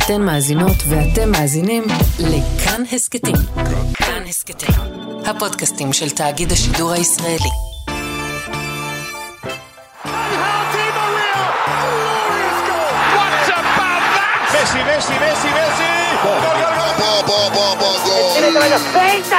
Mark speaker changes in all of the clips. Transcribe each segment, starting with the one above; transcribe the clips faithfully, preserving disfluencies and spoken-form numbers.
Speaker 1: אתן מאזינות ואתם מאזינים לכאן הסקטים. כאן הסקטים, הפודקאסטים של תאגיד השידור הישראלי.
Speaker 2: Messi, Messi, Messi, Messi! Gol, gol, gol! Bo, bo, bo, bo, gol!
Speaker 3: Viene tra la feita!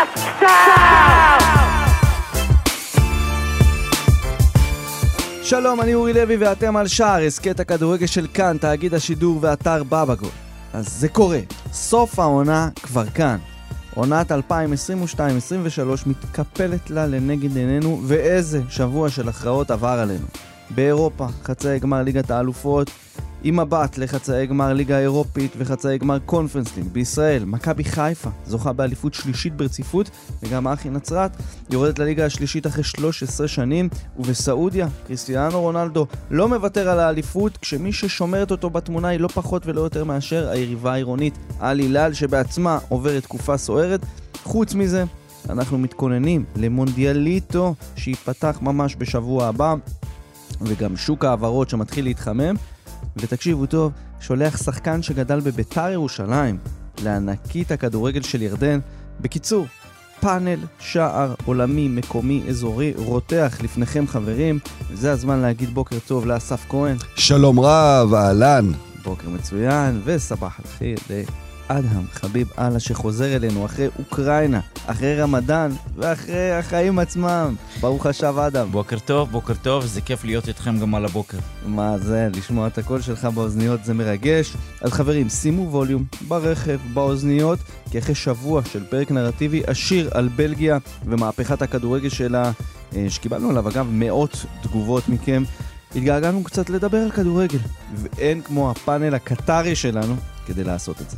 Speaker 4: שלום, אני אורי לוי ואתם על שער, הסקט הכדורגל של כאן, תאגיד השידור ואתר בבגול. אז זה קורה, סוף העונה כבר כאן. עונת אלפיים עשרים ושתיים עשרים ושלוש מתקפלת לה לנגד עינינו, ואיזה שבוע של הכרעות עבר עלינו. באירופה, חצאי גמר ליגת האלופות, עם מבט לחצאי גמר ליגה האירופית וחצאי גמר קונפרנס ליג. בישראל, מכבי חיפה זוכה באליפות שלישית ברציפות, וגם אחי נצרת יורדת לליגה השלישית אחרי שלוש עשרה שנים, ובסעודיה, קריסטיאנו רונלדו לא מוותר על האליפות, כשמי ששומרת אותו בתמונה היא לא פחות ולא יותר מאשר היריבה העירונית אל הילאל, שבעצמה עוברת תקופה סוערת. חוץ מזה, אנחנו מתכוננים למונדיאליטו שיפתח ממש בשבוע הבא, וגם שוק העברות שמתחיל להתחמם. ותקשיבו טוב, שולח שחקן שגדל בביתר ירושלים לענקית הכדורגל של ירדן. בקיצור, פאנל שער עולמי, מקומי, אזורי, רותח לפניכם חברים. וזה הזמן להגיד בוקר טוב לאסף כהן.
Speaker 5: שלום רב, אהלן.
Speaker 4: בוקר מצוין, וסבח אלחיר לאדם חביב אללה שחוזר אלינו אחרי אוקראינה, אחרי רמדאן ואחרי החיים עצמם. ברוך השב אדם.
Speaker 6: בוקר טוב, בוקר טוב, זה כיף להיות איתכם גם על הבוקר.
Speaker 4: מה זה, לשמוע את הקול שלך באוזניות זה מרגש. אז חברים, שימו ווליום ברכב, באוזניות, כי אחרי שבוע של פרק נרטיבי עשיר על בלגיה ומהפכת הכדורגל שלה, שקיבלנו עליו אגב מאות תגובות מכם, התגעגענו קצת לדבר על כדורגל, ואין כמו הפאנל הקטרי שלנו כדי לעשות את זה.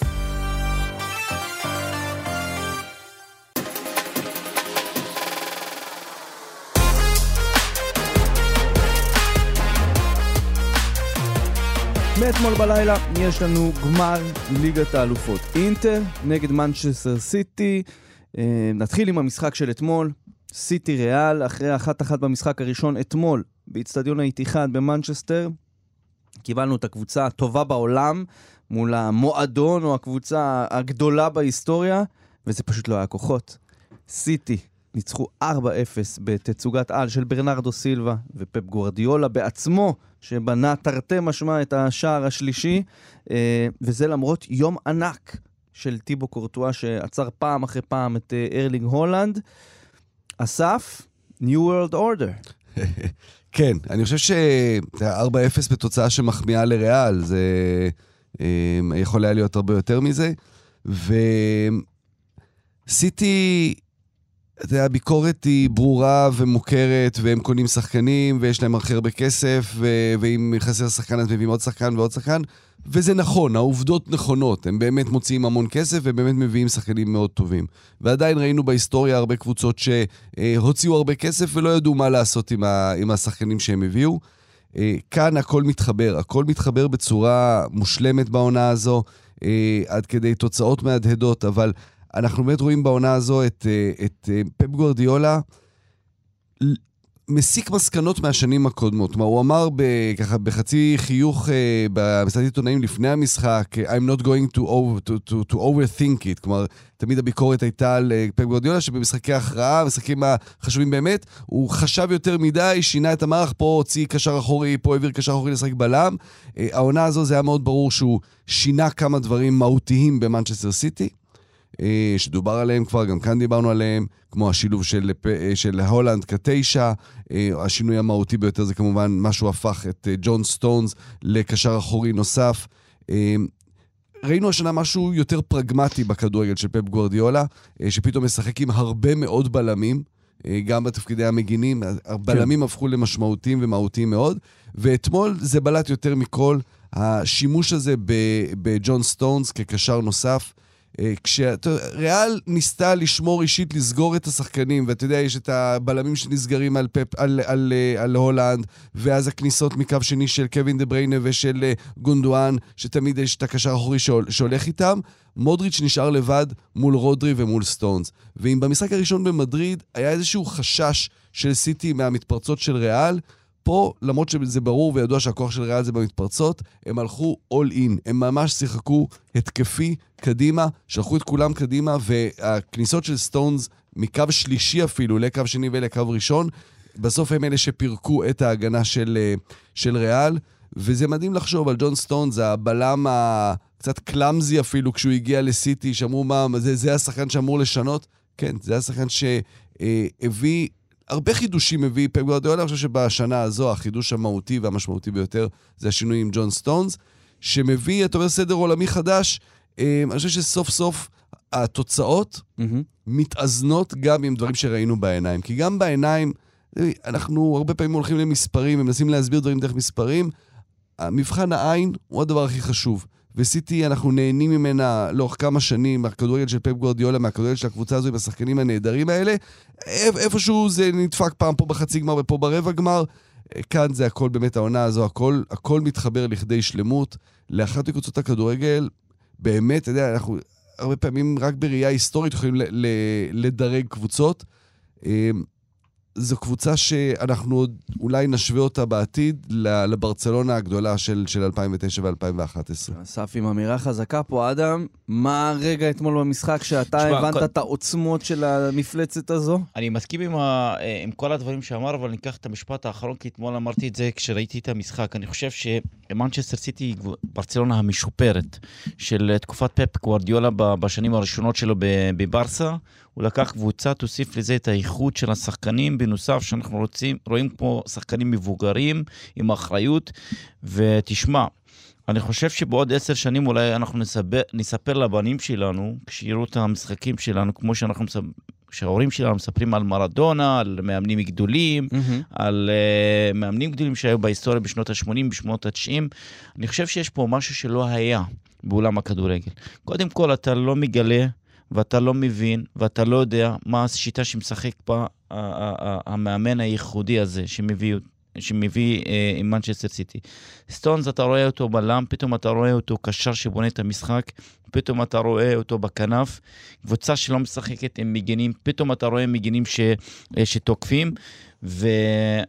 Speaker 4: מאתמול בלילה יש לנו גמר ליגת האלופות. אינטר נגד מנצ'סטר סיטי. נתחיל עם המשחק של אתמול. סיטי ריאל, אחרי אחת אחת במשחק הראשון אתמול, באצטדיון האיתיחאד במנצ'סטר. קיבלנו את הקבוצה הטובה בעולם מול המועדון או הקבוצה הגדולה בהיסטוריה, וזה פשוט לא היה כוחות. סיטי ניצחו ארבע אפס בתצוגת על של ברנרדו סילבה, ופפ גוארדיולה בעצמו שבנה תרתי משמע את השער השלישי, וזה למרות יום ענק של טיבו קורטואה שעצר פעם אחרי פעם את ארלינג הולנד. אסף, New World Order.
Speaker 5: כן, אני חושב ש-ארבע אפס בתוצאה שמחמיאה לריאל, זה יכול היה להיות הרבה יותר מזה, וסיטי, הביקורת היא ברורה ומוכרת, והם קונים שחקנים, ויש להם הכי הרבה בכסף, ו- ואם חסר שחקן, אז מביאים עוד שחקן ועוד שחקן, וזה נכון, העובדות נכונות, הם באמת מוציאים המון כסף, ובאמת מביאים שחקנים מאוד טובים. ועדיין ראינו בהיסטוריה הרבה קבוצות שהוציאו הרבה כסף, ולא ידעו מה לעשות עם, ה- עם השחקנים שהם הביאו. כאן הכל מתחבר, הכל מתחבר בצורה מושלמת בעונה הזו, עד כדי תוצאות מהדהדות, אבל אנחנו באמת רואים בעונה הזו את, את פפ גוארדיולה מסיק מסקנות מהשנים הקודמות. מה הוא אמר ככה בחצי חיוך במסעדת עיתונאים לפני המשחק, I'm not going to, over, to, to, to overthink it. כלומר, תמיד הביקורת הייתה על פפ גוארדיולה שבמשחקי ההכרעה, המשחקים החשובים באמת, הוא חשב יותר מדי, שינה את המערך, פה הוציא קשר אחורי, פה העביר קשר אחורי לשחק בלם. העונה הזו זה היה מאוד ברור שהוא שינה כמה דברים מהותיים במנצ'סטר סיטי, שדובר עליהם כבר, גם כאן דיברנו עליהם, כמו השילוב של, של הולנד כתשע, השינוי המהותי ביותר זה כמובן משהו הפך את ג'ון סטונס לקשר אחורי נוסף. ראינו השנה משהו יותר פרגמטי בכדורגל של פפ גוארדיולה, שפתאום משחק עם הרבה מאוד בלמים, גם בתפקידי המגינים, הבלמים כן. הפכו למשמעותיים ומהותיים מאוד, ואתמול זה בלט יותר מכל, השימוש הזה בג'ון סטונס כקשר נוסף, כשריאל ניסתה לשמור אישית, לסגור את השחקנים, ואתה יודע, יש את הבלמים שנסגרים על, פפ, על, על, על הולנד, ואז הכניסות מקו שני של קווין דה בריינה ושל גונדואן, שתמיד יש את הקשר האחורי שהולך איתם. מודריץ' נשאר לבד מול רודרי ומול סטונס. ואם במשחק הראשון במדריד היה איזשהו חשש של סיטי מהמתפרצות של ריאל, פה, למרות שזה ברור וידוע שהכוח של ריאל זה במתפרצות, הם הלכו all in, הם ממש שיחקו התקפי קדימה, שלחו את כולם קדימה, והכניסות של סטונס, מקו שלישי אפילו, לקו שני ולקו ראשון, בסוף הם אלה שפירקו את ההגנה של, של ריאל, וזה מדהים לחשוב על ג'ון סטונס, הבלם הקצת קלאמזי אפילו, כשהוא הגיע לסיטי, שאמרו מה, זה, זה השחקן שאמור לשנות, כן, זה השחקן שהביא, הרבה חידושים הביא פפ גוארדיולה, אני חושב שבשנה הזו, החידוש המהותי והמשמעותי ביותר, זה השינוי עם ג'ון סטונס, שמביא, אתה אומר, סדר עולמי חדש, אני חושב שסוף סוף התוצאות mm-hmm. מתאזנות גם עם דברים שראינו בעיניים, כי גם בעיניים, אנחנו הרבה פעמים הולכים למספרים, ומנסים להסביר דברים דרך מספרים, המבחן העין הוא הדבר הכי חשוב. וסיטי, אנחנו נהנים ממנה לאורך כמה שנים, מהכדורגל של פפ גוארדיולה, מהכדורגל של הקבוצה הזו, עם השחקנים הנהדרים האלה. איפשהו זה נדפק פעם פה בחצי גמר ופה ברבע גמר. כאן זה הכל באמת העונה הזו, הכל, הכל מתחבר לכדי שלמות. לאחת מקבוצות הכדורגל, באמת, אתה יודע, אנחנו הרבה פעמים רק בראייה היסטורית יכולים ל- ל- לדרג קבוצות. זו קבוצה שאנחנו עוד אולי נשווה אותה בעתיד לברצלונה הגדולה של, של אלפיים ותשע ו-אלפיים ואחת עשרה.
Speaker 4: אסף עם אמירה חזקה פה, אדם, מה הרגע אתמול במשחק שאתה שמה, הבנת כל... את העוצמות של המפלצת הזו?
Speaker 6: אני מסכים עם, ה... עם כל הדברים שאמר, אבל אני אקח את המשפט האחרון, כי אתמול אמרתי את זה כשראיתי את המשחק. אני חושב שמנצ'סטר סיטי היא ברצלונה המשופרת של תקופת פפ גוארדיולה בשנים הראשונות שלו בברסה. הוא לקח קבוצה, תוסיף לזה את האיכות של השחקנים, בנוסף שאנחנו רוצים, רואים כמו שחקנים מבוגרים, עם אחריות, ותשמע, אני חושב שבעוד עשר שנים אולי אנחנו נספר, נספר לבנים שלנו, כשיראו את המשחקים שלנו, כמו שאנחנו מספר, שההורים שלנו מספרים על מרדונה, על מאמנים גדולים, mm-hmm. על uh, מאמנים גדולים שהיו בהיסטוריה בשנות ה-שמונים, בשנות ה-תשעים, אני חושב שיש פה משהו שלא היה בעולם הכדורגל. קודם כל, אתה לא מגלה, ואתה לא מבין, ואתה לא יודע מה השיטה שמשחק פה המאמן הייחודי הזה, שמביא, שמביא אה, עם מנצ'סטר סיטי. סטונס, אתה רואה אותו בלם, פתאום אתה רואה אותו קשר שבונה את המשחק, פתאום אתה רואה אותו בכנף, קבוצה שלא משחקת עם מגנים, פתאום אתה רואה מגנים ש, שתוקפים, ואני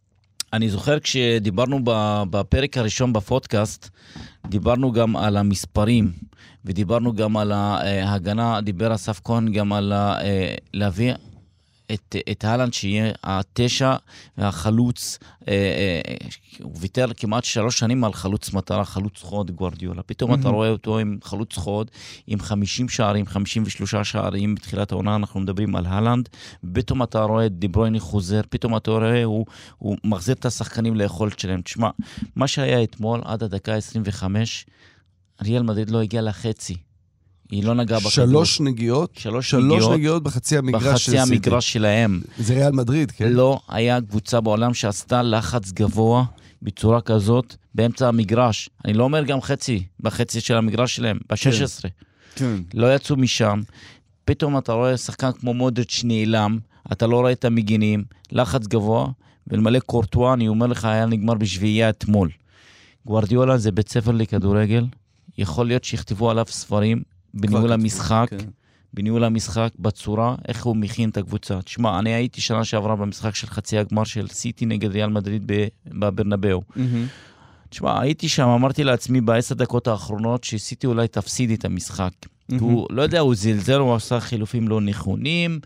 Speaker 6: זוכר כשדיברנו בפרק הראשון בפודקאסט, דיברנו גם על המספרים, ודיברנו גם על ההגנה, דיבר אסף כהן גם על להביא את, את הלנד שיהיה התשע והחלוץ, הוא ויתר כמעט שלוש שנים על חלוץ מטרה, חלוץ חוד גוארדיולה. פתאום mm-hmm. אתה רואה אותו עם חלוץ חוד, עם חמישים שערים, חמישים ושלושה שערים, בתחילת העונה אנחנו מדברים על הלנד, פתאום אתה רואה את די ברויינה חוזר, פתאום אתה רואה, הוא, הוא מחזיר את השחקנים ליכולת שלהם. תשמע, מה שהיה אתמול עד הדקה עשרים וחמש, ריאל מדריד לא הגיע לחצי. היא לא נגעה בכדור.
Speaker 5: שלוש נגיעות?
Speaker 6: שלוש,
Speaker 5: שלוש
Speaker 6: נגיעות,
Speaker 5: נגיעות בחצי המגרש של סיטי.
Speaker 6: בחצי המגרש שלהם.
Speaker 5: זה ריאל מדריד, כן?
Speaker 6: לא היה קבוצה בעולם שעשתה לחץ גבוה בצורה כזאת באמצע המגרש. אני לא אומר גם חצי, בחצי של המגרש שלהם, ב-שש עשרה.
Speaker 4: כן.
Speaker 6: לא יצאו משם. פתאום אתה רואה שחקן כמו מודריץ' נעלם, אתה לא רואה את המגינים, לחץ גבוה, ולמלא קורטואה, אני אומר לך, היה נגמר בשביעייה אתמול. גוארדיולה זה בית ספר לכדורגל, יכול להיות שיכתבו עליו ספרים, בניהול המשחק, okay. בניהול המשחק, בצורה, איך הוא מכין את הקבוצה. תשמע, אני הייתי שנה שעברה במשחק של חצי הגמר של סיטי נגד ריאל מדריד בברנבאו. Mm-hmm. תשמע, הייתי שם, אמרתי לעצמי בעשר דקות האחרונות, שסיטי אולי תפסיד את המשחק. Mm-hmm. הוא, לא יודע, הוא זלזל, הוא עשה חילופים לא נכונים,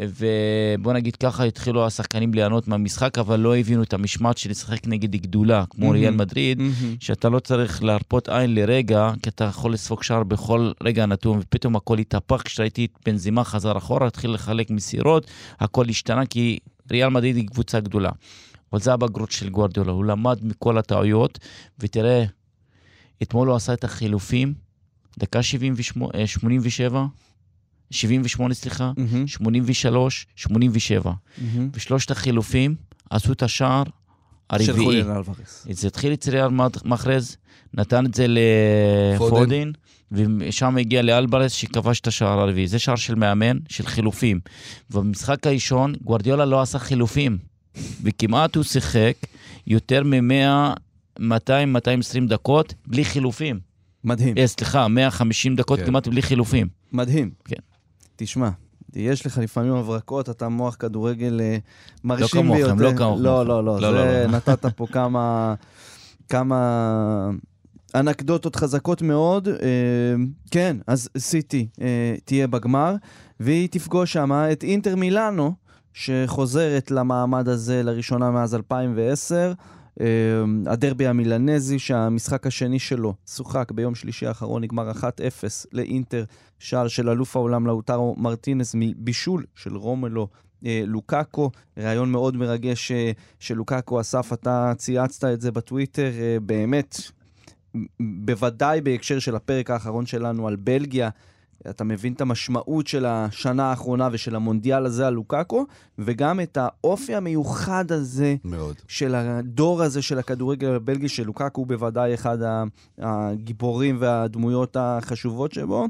Speaker 6: ובוא נגיד ככה, התחילו השחקנים ליהנות מהמשחק, אבל לא הבינו את המשמעת של לשחק נגד גדולה, כמו mm-hmm. ריאל מדריד, mm-hmm. שאתה לא צריך להרפות עין לרגע, כי אתה יכול לספוק שער בכל רגע נתון, ופתאום הכל התהפך, כשראיתי את בנזימה חזר אחורה, התחיל לחלק מסירות, הכל השתנה, כי ריאל מדריד היא קבוצה גדולה. אבל זה הבגרות של גוארדיולה, הוא למד מכל הטעויות, ותראה, אתמול הוא עשה את החילופים, דקה שמונים ושבע, שבעים ושמונה, סליחה, mm-hmm. שמונים ושלוש, שמונים ושבע. Mm-hmm. ושלושת החילופים עשו את השער הרביעי. זה התחיל את ריאל מחרז, נתן את זה לפודין, ושם הגיע לאלברס שכבש את השער הרביעי. זה שער של מאמן, של חילופים. ובמשחק הראשון, גוארדיולה לא עשה חילופים, וכמעט הוא שיחק יותר מ-מאה, מאתיים, מאתיים ועשרים דקות בלי חילופים.
Speaker 4: מדהים.
Speaker 6: סליחה, מאה וחמישים דקות כן. כמעט בלי חילופים.
Speaker 4: מדהים.
Speaker 6: כן.
Speaker 4: תשמע, יש לך לפעמים הברקות, אתה מוח כדורגל מרשים
Speaker 6: לא
Speaker 4: ביותר.
Speaker 6: כמוכם, לא כמוכם.
Speaker 4: לא, לא, לא,
Speaker 6: לא,
Speaker 4: זה
Speaker 6: לא, לא.
Speaker 4: נתת פה כמה, כמה אנקדוטות חזקות מאוד. כן, אז סיטי תהיה בגמר, והיא תפגוש שמה את אינטר מילאנו, שחוזרת למעמד הזה לראשונה מאז אלפיים ועשר, הדרבי המילנזי, שהמשחק השני שלו שוחק ביום שלישי האחרון, נגמר אחת אפס לאינטר, שער של אלוף העולם לאוטרו מרטינס מבישול של רומלו לוקאקו. רעיון מאוד מרגש שלוקאקו אסף, אתה צייצת את זה בטוויטר, באמת, בוודאי בהקשר של הפרק האחרון שלנו על בלגיה, אתה מבין את המשמעות של השנה האחרונה ושל המונדיאל הזה על לוקאקו, וגם את האופי המיוחד הזה מאוד. של הדור הזה של הכדורגל הבלגי, שלוקאקו הוא בוודאי אחד הגיבורים והדמויות החשובות שבו.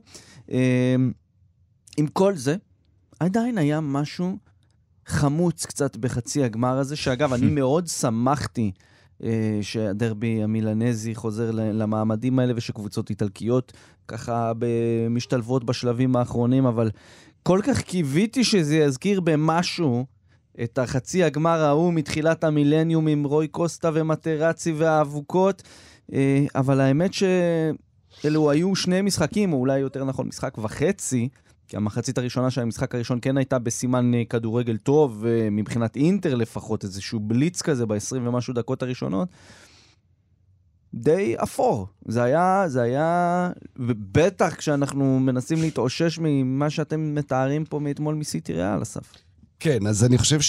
Speaker 4: עם כל זה, עדיין היה משהו חמוץ קצת בחצי הגמר הזה, שאגב, אני מאוד שמחתי שהדרבי המילנזי חוזר למעמדים האלה, ושקבוצות איטלקיות ככה משתלבות בשלבים האחרונים, אבל כל כך קיוויתי שזה יזכיר במשהו את החצי הגמר ההוא מתחילת המילניום עם רוי קוסטה ומטרצי והאבוקות, אבל האמת שאלו היו שני משחקים, או אולי יותר נכון משחק וחצי, כי המחצית הראשונה של המשחק הראשון כן הייתה בסימן כדורגל טוב, מבחינת אינטר לפחות, איזשהו בליץ כזה ב-עשרים ומשהו דקות הראשונות, די אפור. זה היה, זה היה, ובטח כשאנחנו מנסים להתאושש ממה שאתם מתארים פה מאתמול מסיטי ריאל, אסף.
Speaker 5: כן, אז אני חושב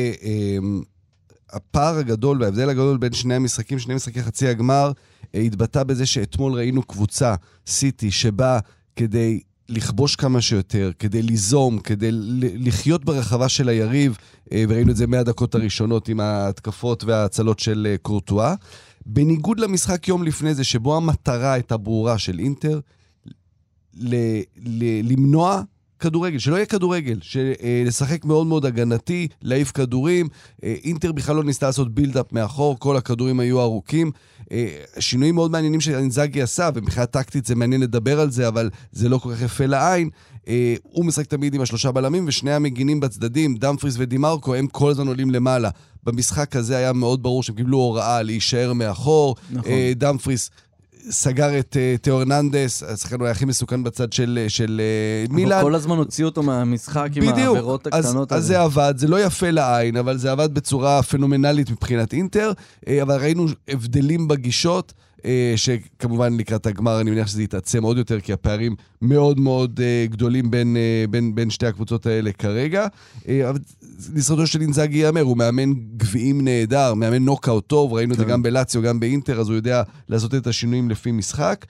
Speaker 5: שהפער הגדול וההבדל הגדול בין שני המשחקים, שני משחקי חצי הגמר, התבטא בזה שאתמול ראינו קבוצה, סיטי, שבאה כדי לכבוש כמה שיותר, כדי ליזום, כדי לחיות ברחבה של היריב, וראינו את זה מהדקות הראשונות עם ההתקפות וההצלות של קורטואה. בניגוד למשחק יום לפני זה, שבו המטרה הייתה ברורה של אינטר, ל- ל- למנוע כדורגל, שלא יהיה כדורגל, לשחק מאוד מאוד הגנתי, להעיף כדורים. אינטר בכלל לא ניסתה לעשות בילדאפ מאחור, כל הכדורים היו ארוכים. שינויים מאוד מעניינים שאינזאגי עשה, ומבחינת טקטית זה מעניין לדבר על זה, אבל זה לא כל כך יפה לעין. הוא משחק תמיד עם השלושה בלמים, ושני המגינים בצדדים, דמפריס ודימרקו, הם כל הזמן עולים למעלה. במשחק הזה היה מאוד ברור שהם קיבלו הוראה להישאר מאחור. נכון. דמפריס סגר את תיאו הרננדס, השחקן הוא הכי מסוכן בצד של, של מילאן.
Speaker 4: כל הזמן הוציא אותו מהמשחק עם העבירות הקטנות.
Speaker 5: אז, אז זה עבד, זה לא יפה לעין, אבל זה עבד בצורה פנומנלית מבחינת אינטר, אבל ראינו הבדלים בגישות, שכמובן לקראת הגמר אני מניח שזה יתעצם עוד יותר, כי הפערים מאוד מאוד גדולים בין, בין, בין שתי הקבוצות האלה כרגע. אבל לזכותו של אינזאגי ייאמר, הוא מאמן גביעים נהדר, מאמן נוקאוט טוב, ראינו את זה גם בלאציו, גם באינטר, אז הוא יודע לעשות את השינויים לפי משחק.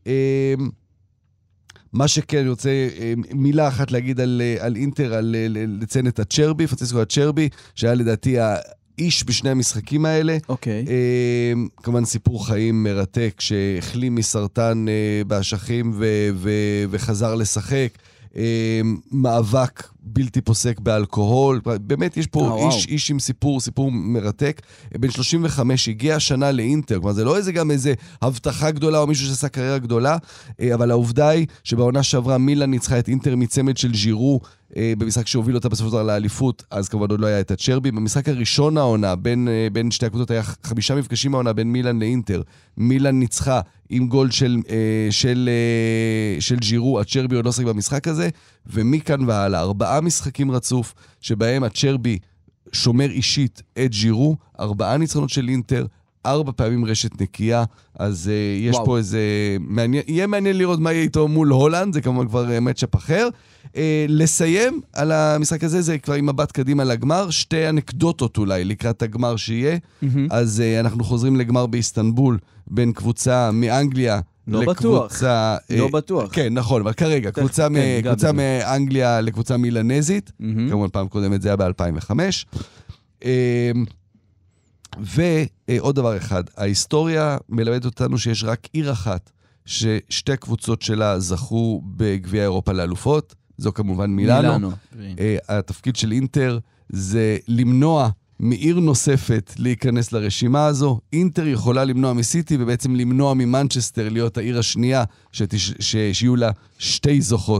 Speaker 5: מה שכן, אני רוצה מילה אחת להגיד על, על אינטר, על לציין את הצ'רבי, פרנציסקו הצ'רבי, שהיה לדעתי איש בשני המשחקים האלה.
Speaker 4: אוקיי.
Speaker 5: Okay. כמובן סיפור חיים מרתק, שהחלים מסרטן באשכים ו- ו- וחזר לשחק. מאבק בלתי פוסק באלכוהול. באמת יש פה oh, איש, wow. איש עם סיפור, סיפור מרתק. בן שלושים וחמש הגיע השנה לאינטר. כלומר, זה לא איזה גם איזה הבטחה גדולה או מישהו שעשה קריירה גדולה, אבל העובדה היא שבעונה שעברה מילאן ניצחה את אינטר מצמד של ז'ירו, במשחק שהוביל אותה בסופו של דבר לאליפות, אז כמובן עוד לא היה את הצ'רבי. במשחק הראשון העונה, בין, בין שתי הקבוצות, היה חמישה מפגשים העונה בין מילאן לאינטר. מילאן ניצחה עם גול של, של, של ז'ירו, הצ'רבי עוד לא שחק במשחק הזה, ומכאן והלאה, ארבעה משחקים רצוף, שבהם הצ'רבי שומר אישית את ז'ירו, ארבעה ניצחונות של אינטר, ארבע פעמים רשת נקייה, אז uh, יש וואו. פה איזה, מעניין, יהיה מעניין לראות מה יהיה איתו מול הולנד, זה כמובן כבר מצ'אפ אחר. Uh, לסיים על המשחק הזה, זה כבר עם מבט קדימה לגמר, שתי אנקדוטות אולי לקראת הגמר שיהיה, mm-hmm. אז uh, אנחנו חוזרים לגמר באיסטנבול, בין קבוצה מאנגליה,
Speaker 4: לא
Speaker 5: לקבוצה...
Speaker 4: בטוח, לא בטוח.
Speaker 5: כן, נכון, אבל כרגע, קבוצה מאנגליה לקבוצה מילנזית, כמובן פעם קודמת זה היה ב-אלפיים וחמש, ועוד דבר אחד, ההיסטוריה מלמדת אותנו שיש רק עיר אחת, ששתי קבוצות שלה זכו בגביע אירופה לאלופות, זו כמובן מילאנו. התפקיד של אינטר זה למנוע מעיר נוספת להיכנס לרשימה הזו. אינטר יכולה למנוע מסיטי, ובעצם למנוע ממנצ'סטר להיות העיר השנייה, שתש... ש... שיהיו לה שתי זוכות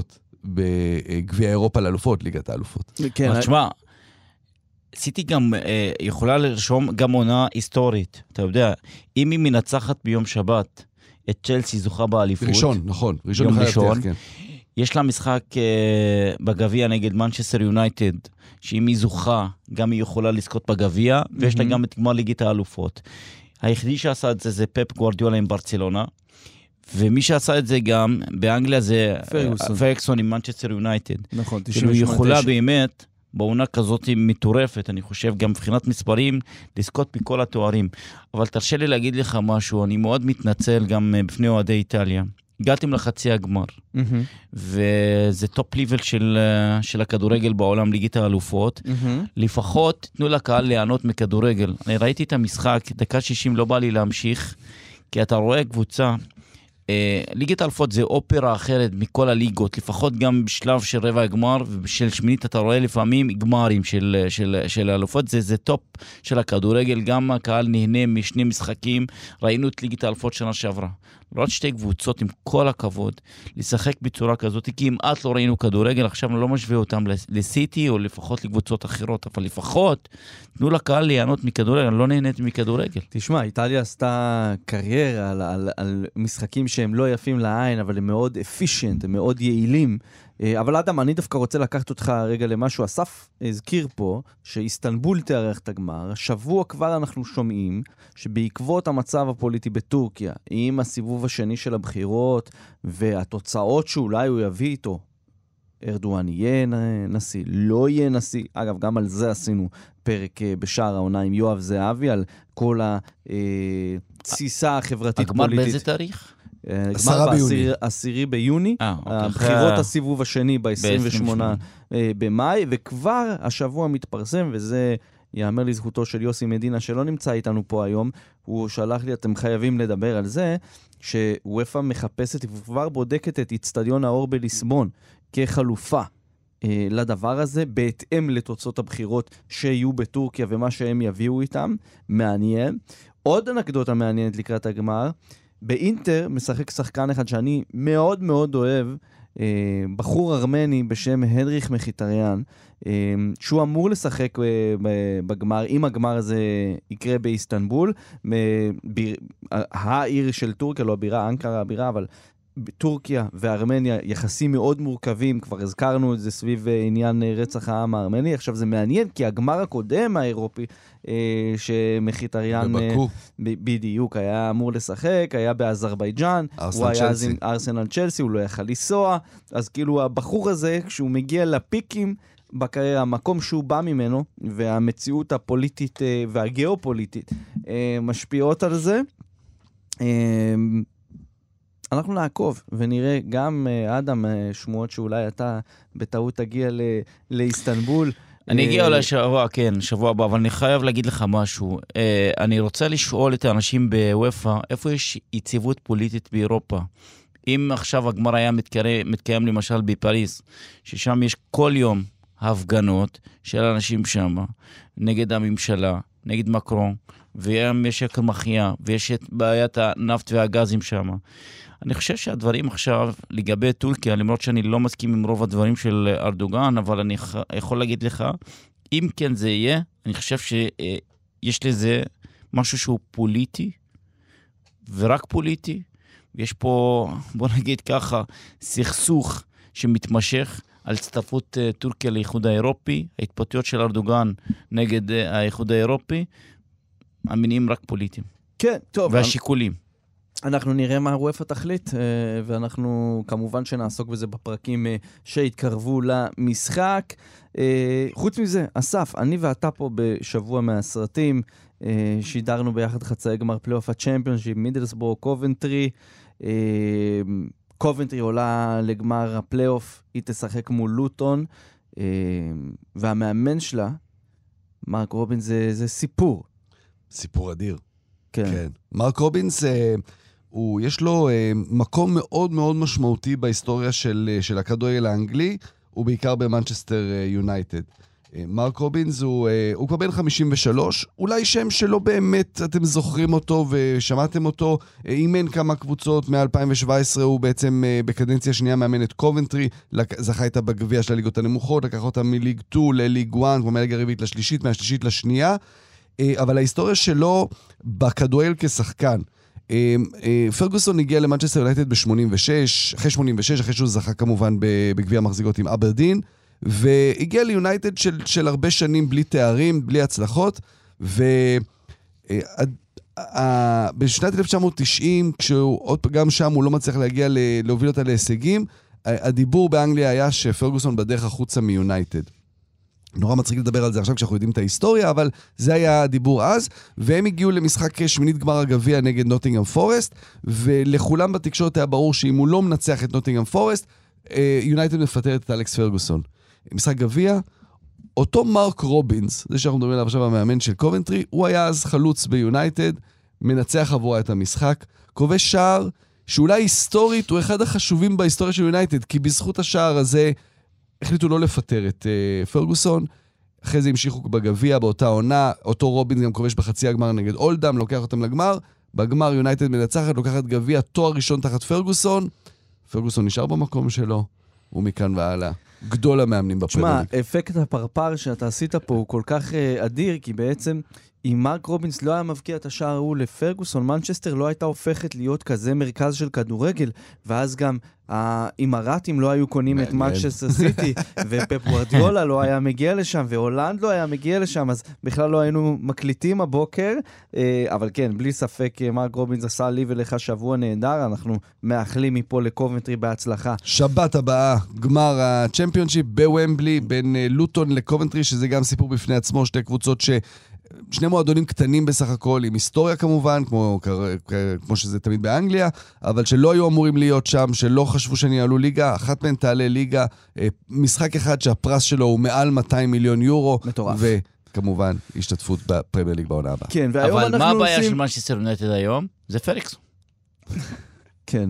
Speaker 5: בגביע אירופה לאלופות, ליגת האלופות.
Speaker 4: כן,
Speaker 6: אבל תשמע, סיטי גם אה, יכולה לרשום גם עונה היסטורית. אתה יודע, אם היא מנצחת ביום שבת, את צ'לסי זוכה באליפות.
Speaker 5: ראשון, נכון. ראשון
Speaker 6: יום
Speaker 5: יכול
Speaker 6: ראשון.
Speaker 5: להבטיח, כן.
Speaker 6: יש לה משחק אה, בגביע נגד מנצ'סטר יונייטד, שאם היא זוכה, גם היא יכולה לזכות בגביע, ויש לה גם את גמר ליגת האלופות. היחידי שעשה את זה זה פפ גוארדיולה עם ברצלונה, ומי שעשה את זה גם באנגליה זה
Speaker 4: פרגוסון.
Speaker 6: פרגוסון עם מנצ'סטר יונייטד.
Speaker 4: נכון,
Speaker 6: כאילו היא יכולה באמת, בעונה כזאת מטורפת, אני חושב גם מבחינת מספרים, לזכות מכל התוארים. אבל תרשה לי להגיד לך משהו, אני מאוד מתנצל גם בפני אוהדי איטליה. הגעתם לחצי הגמר,
Speaker 4: Mm-hmm.
Speaker 6: וזה טופ ליבל של, של הכדורגל בעולם, ליגת האלופות.
Speaker 4: Mm-hmm.
Speaker 6: לפחות תנו לקהל ליהנות מכדורגל. אני ראיתי את המשחק, דקה שישים לא בא לי להמשיך, כי אתה רואה קבוצה, אה, ליגת האלופות זה אופרה אחרת מכל הליגות, לפחות גם בשלב של רבע הגמר, ובשל שמינית אתה רואה לפעמים גמרים של, של, של האלופות, זה, זה טופ של הכדורגל, גם הקהל נהנה משני משחקים, ראינו את ליגת האלופות שנה שעברה. לא עוד שתי קבוצות עם כל הכבוד, לשחק בצורה כזאת, כי אם את לא ראינו כדורגל, עכשיו אני לא משווה אותם לסיטי, או לפחות לקבוצות אחרות, אבל לפחות תנו לקהל ליהנות מכדורגל, אני לא נהנית מכדורגל.
Speaker 4: תשמע, איטליה עשתה קריירה על, על, על משחקים שהם לא יפים לעין, אבל הם מאוד אפישיינט, הם מאוד יעילים. אבל אדם, אני דווקא רוצה לקחת אותך רגע למשהו. אסף הזכיר פה שאיסטנבול תארח את הגמר. השבוע כבר אנחנו שומעים שבעקבות המצב הפוליטי בטורקיה, עם הסיבוב השני של הבחירות והתוצאות שאולי הוא יביא איתו, ארדואן יהיה נשיא, לא יהיה נשיא. אגב, גם על זה עשינו פרק בשער העונה עם יואב זהבי, על כל התסיסה החברתית
Speaker 6: הגמר
Speaker 4: פוליטית.
Speaker 6: באיזה תאריך?
Speaker 4: גמר בעשירי ביוני, הבחירות הסיבוב השני ב-עשרים ושמונה במאי, וכבר השבוע מתפרסם, וזה יאמר לזכותו של יוסי מדינה שלא נמצא איתנו פה היום, הוא שלח לי, אתם חייבים לדבר על זה, שוופא מחפשת וכבר בודקת את אצטדיון האור בליסבון כחלופה לדבר הזה, בהתאם לתוצאות הבחירות שיהיו בטורקיה ומה שהם יביאו איתם. מעניין. עוד אנקדוטה מעניינת לקראת הגמר, באינטר משחק שחקן אחד שאני מאוד מאוד אוהב, אה, בחור ארמני בשם הנריך מחיטריאן, אה, שהוא אמור לשחק אה, בגמר, אם הגמר הזה יקרה באיסטנבול, אה, ביר, העיר של טורקיה, לא הבירה, אנקרה הבירה, אבל טורקיה וארמניה יחסים מאוד מורכבים, כבר הזכרנו את זה סביב עניין רצח העם הארמני. עכשיו זה מעניין, כי הגמר הקודם האירופי אה, שמחיטריאן
Speaker 5: בבקו.
Speaker 4: ב- בדיוק היה אמור לשחק, היה באזרבייג'אן, הוא היה אז עם ארסנל צ'לסי, הוא לא יכל לנסוע, אז כאילו הבחור הזה, כשהוא מגיע לפיקים בקריירה, המקום שהוא בא ממנו, והמציאות הפוליטית אה, והגיאופוליטית אה, משפיעות על זה, אה, אנחנו נעקוב ונראה גם, אדם, שמועות שאולי אתה בטעות תגיע לאיסטנבול.
Speaker 6: אני אגיע אולי שבוע, כן, שבוע הבא, אבל אני חייב להגיד לך משהו. אני רוצה לשאול את האנשים בוופא, איפה יש יציבות פוליטית באירופה? אם עכשיו הגמר היה מתקיים, מתקיים למשל בפריז, ששם יש כל יום הפגנות של אנשים שם, נגד הממשלה, נגד מקרון, ויש יקר מחיה, ויש את בעיית הנפט והגזים שם. אני חושב שהדברים עכשיו, לגבי טורקיה, למרות שאני לא מסכים עם רוב הדברים של ארדוגן, אבל אני יכול להגיד לך, אם כן זה יהיה, אני חושב שיש לזה משהו שהוא פוליטי, ורק פוליטי. יש פה, בוא נגיד ככה, סכסוך שמתמשך על הצטרפות טורקיה לאיחוד האירופי, ההתפתחויות של ארדוגן נגד האיחוד האירופי, המניעים רק פוליטיים.
Speaker 4: כן, טוב.
Speaker 6: והשיקולים.
Speaker 4: אנחנו נראה מה וופא תחליט, ואנחנו כמובן שנעסוק בזה בפרקים שהתקרבו למשחק. חוץ מזה, אסף, אני ואתה פה בשבוע מהסרטים, שידרנו ביחד חצאי גמר פלייאוף הצ'מפיונשיפ, מידלסבורג, קובנטרי. קובנטרי עולה לגמר הפלייאוף, היא תשחק מול לוטון, והמאמן שלה, מרק רובינס, זה, זה סיפור.
Speaker 5: סיפור אדיר.
Speaker 4: כן.
Speaker 5: כן. מרק רובינס, הוא, יש לו מקום מאוד מאוד משמעותי בהיסטוריה של, של הכדורגל האנגלי, ובעיקר במנצ'סטר יונייטד. מרק רובינס הוא, הוא כבר בן חמישים ושלוש, אולי שם שלא באמת אתם זוכרים אותו ושמעתם אותו, אימן כמה קבוצות, מ-אלפיים שבע עשרה הוא בעצם בקדנציה שנייה מאמן את קובנטרי, זכה איתה בגביע של הליגות הנמוכות, לקח אותה מליג שתיים לליג אחת, כמו מהליגה הרביעית לשלישית, מהשלישית לשנייה, אבל ההיסטוריה שלו בכדורגל כשחקן, פרגוסון הגיע למנצ'סטר יונייטד ב-שמונים ושש, אחרי שמונים ושש, אחרי שהוא זכה כמובן בגביע המחזיקות עם אברדין, והגיע ליונייטד של, של הרבה שנים בלי תארים, בלי הצלחות, ובשנת אלף תשע מאות תשעים, כשהוא גם שם הוא לא מצליח להגיע להוביל אותה להישגים, הדיבור באנגליה היה שפרגוסון בדרך החוצה מיונייטד. נורא מצחיק לדבר על זה עכשיו כשאנחנו יודעים את ההיסטוריה, אבל זה היה הדיבור אז, והם הגיעו למשחק שמינית גמר הגביע נגד נוטינגהאם פורסט, ולכולם בתקשורת היה ברור שאם הוא לא מנצח את נוטינגהאם פורסט, יונייטד מפטרת את אלכס פרגוסון. משחק גביע, אותו מרק רובינס, זה שאנחנו מדברים עליו עכשיו המאמן של קובנטרי, הוא היה אז חלוץ ביונייטד, מנצח עבורה את המשחק, כובש שער שאולי היסטורית הוא אחד החשובים בהיסטוריה של יונייטד, כי בזכות השער הזה החליטו לא לפטר את uh, פרגוסון, אחרי זה המשיכו בגביע באותה עונה, אותו רובינס גם כובש בחצי הגמר נגד אולדם, לוקח אותם לגמר, בגמר יונייטד מנצחת, לוקחת גביע, תואר ראשון תחת פרגוסון, פרגוסון נשאר במקום שלו, ומכאן והלאה. גדול המאמנים בפרמייר ליג.
Speaker 4: תשמע, אפקט הפרפר שאתה עשית פה הוא כל כך uh, אדיר, כי בעצם אם מרק רובינס לא היה מבקיע את השער ההוא לפרגוסון, מנצ'סטר לא הייתה הופכת להיות כזה מרכז של כדורגל, ואז גם האימראטים לא היו קונים את מנצ'סטר סיטי, ופפ גוארדיולה לא היה מגיע לשם, והולנד לא היה מגיע לשם, אז בכלל לא היינו מקליטים הבוקר, אבל כן, בלי ספק מרק רובינס עשה לי ולך שבוע נהדר, אנחנו מאחלים מפה לקובנטרי בהצלחה.
Speaker 5: שבת הבאה, גמר הצ'מפיונשיפ בוומבלי, בין לוטון לקובנטרי, שזה גם סיפור בפני עצמו, שתי קבוצות ש... שני מועדונים קטנים בסך הכל, עם היסטוריה כמובן, כמו, כמו שזה תמיד באנגליה, אבל שלא היו אמורים להיות שם, שלא חשבו שאני יעלו ליגה, אחת מהן תעלה ליגה, משחק אחד שהפרס שלו הוא מעל מאתיים מיליון יורו,
Speaker 4: מטורף.
Speaker 5: וכמובן, השתתפות בפרמייר ליג בעונה הבאה.
Speaker 4: כן, והיום
Speaker 6: אבל
Speaker 4: אנחנו
Speaker 6: מה הבעיה
Speaker 4: עושים...
Speaker 6: של מנצ'סטר יונייטד היום? זה פריקסון.
Speaker 4: כן.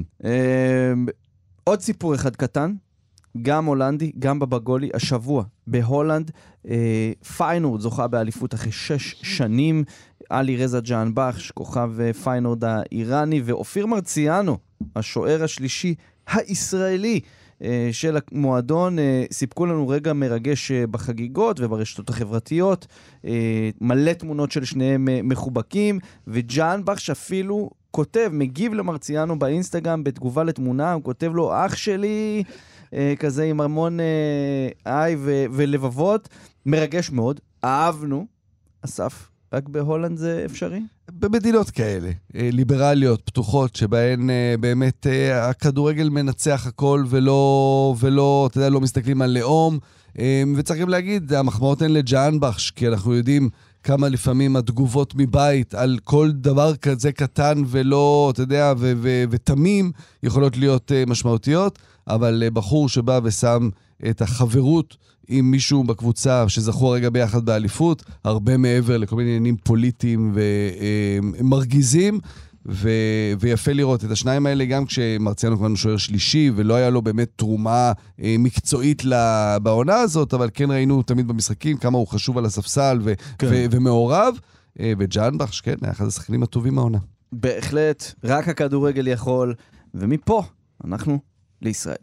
Speaker 4: עוד סיפור אחד קטן, גם הולנדי, גם בבגולי, השבוע בהולנד, אה, פיינורד זוכה באליפות אחרי שש שנים, אלי רזה ג'אן בחש, כוכב אה, פיינורד האיראני, ואופיר מרציאנו, השוער השלישי הישראלי אה, של המועדון, אה, סיפקו לנו רגע מרגש אה, בחגיגות וברשתות החברתיות, אה, מלא תמונות של שניהם אה, מחובקים, וג'אן בחש אפילו כותב, מגיב למרציאנו באינסטגרם בתגובה לתמונה, הוא כותב לו, אח שלי... כזה עם המון איי ולבבות, מרגש מאוד, אהבנו, אסף, רק בהולנד זה אפשרי?
Speaker 5: במדינות כאלה, ליברליות, פתוחות, שבהן באמת הכדורגל מנצח הכל ולא, ולא, אתה יודע, לא מסתכלים על לאום, וצריכים להגיד, המחמאות הן לג'אן בחש, כי אנחנו יודעים כמה לפעמים התגובות מבית על כל דבר כזה קטן ולא, אתה יודע, ו- ו- ותמים, יכולות להיות משמעותיות, אבל בחור שבא ושם את החברות עם מישהו בקבוצה שזכו הרגע ביחד באליפות, הרבה מעבר לכל מיני עניינים פוליטיים ומרגיזים, ו- ויפה לראות את השניים האלה, גם כשמרציאנו כמובן שוער שלישי, ולא היה לו באמת תרומה מקצועית בעונה הזאת, אבל כן ראינו תמיד במשחקים כמה הוא חשוב על הספסל ו- כן. ו- ומעורב, וג'אן בחש, כן, היה אחד השחקנים הטובים מהעונה.
Speaker 4: בהחלט, רק הכדורגל יכול, ומפה אנחנו לישראל.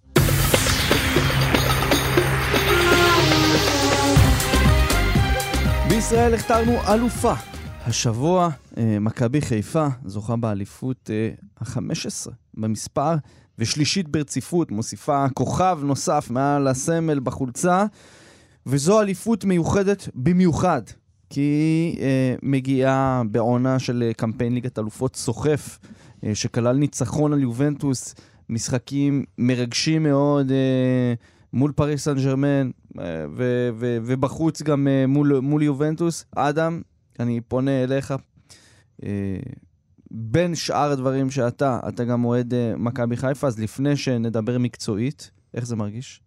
Speaker 4: בישראל הכתרנו אלופה. השבוע מכבי חיפה זוכה באליפות ה-חמש עשרה במספר, ושלישית ברציפות, מוסיפה כוכב נוסף מעל הסמל בחולצה, וזו אליפות מיוחדת במיוחד, כי היא מגיעה בעונה של קמפיין ליגת אלופות סוחף, שכלל ניצחון על יובנטוס, משחקים מרגשים מאוד אה, מול פריס סן ז'רמן, אה, ו- ו- ובחוץ גם אה, מול, מול יובנטוס. אדם, אני פונה אליך, אה, בין שאר הדברים שאתה, אתה גם אוהד אה, מכבי חיפה, אז לפני שנדבר מקצועית, איך זה מרגיש?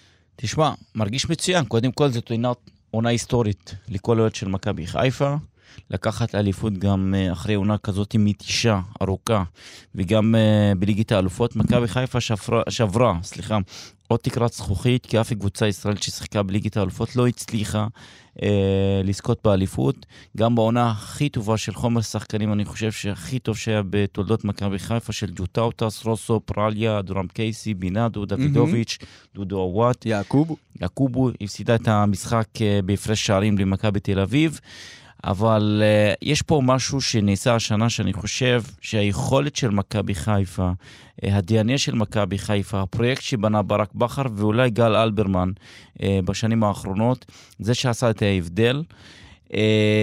Speaker 6: תשמע, מרגיש מצוין. קודם כל, זאת עונה היסטורית לכל אוהד של מכבי חיפה. לקחת אליפות גם אחרי עונה כזאת מתישה, ארוכה, וגם בליגת האלופות. מכבי חיפה שברה, שברה, סליחה, עוד תקרת זכוכית, כי אף קבוצה ישראלית ששיחקה בליגת האלופות לא הצליחה אה, לזכות באליפות. גם בעונה הכי טובה של חומר שחקנים, אני חושב שהכי טוב שהיה בתולדות מכבי חיפה, של ג'וטאוטס, רוסו, פרליה, דורם קייסי, בינדו, דוידוביץ', דודו אוואט,
Speaker 4: יעקובו.
Speaker 6: יעקובו הפסידה את המשחק בהפרש שערים למכבי תל אביב. אבל uh, יש פה משהו שנעשה השנה שאני חושב שהיכולת של מכבי חיפה, uh, ה-די אן איי של מכבי חיפה, הפרויקט שבנה ברק בכר ואולי גל אלברמן uh, בשנים האחרונות, זה שעשה את ההבדל. Uh,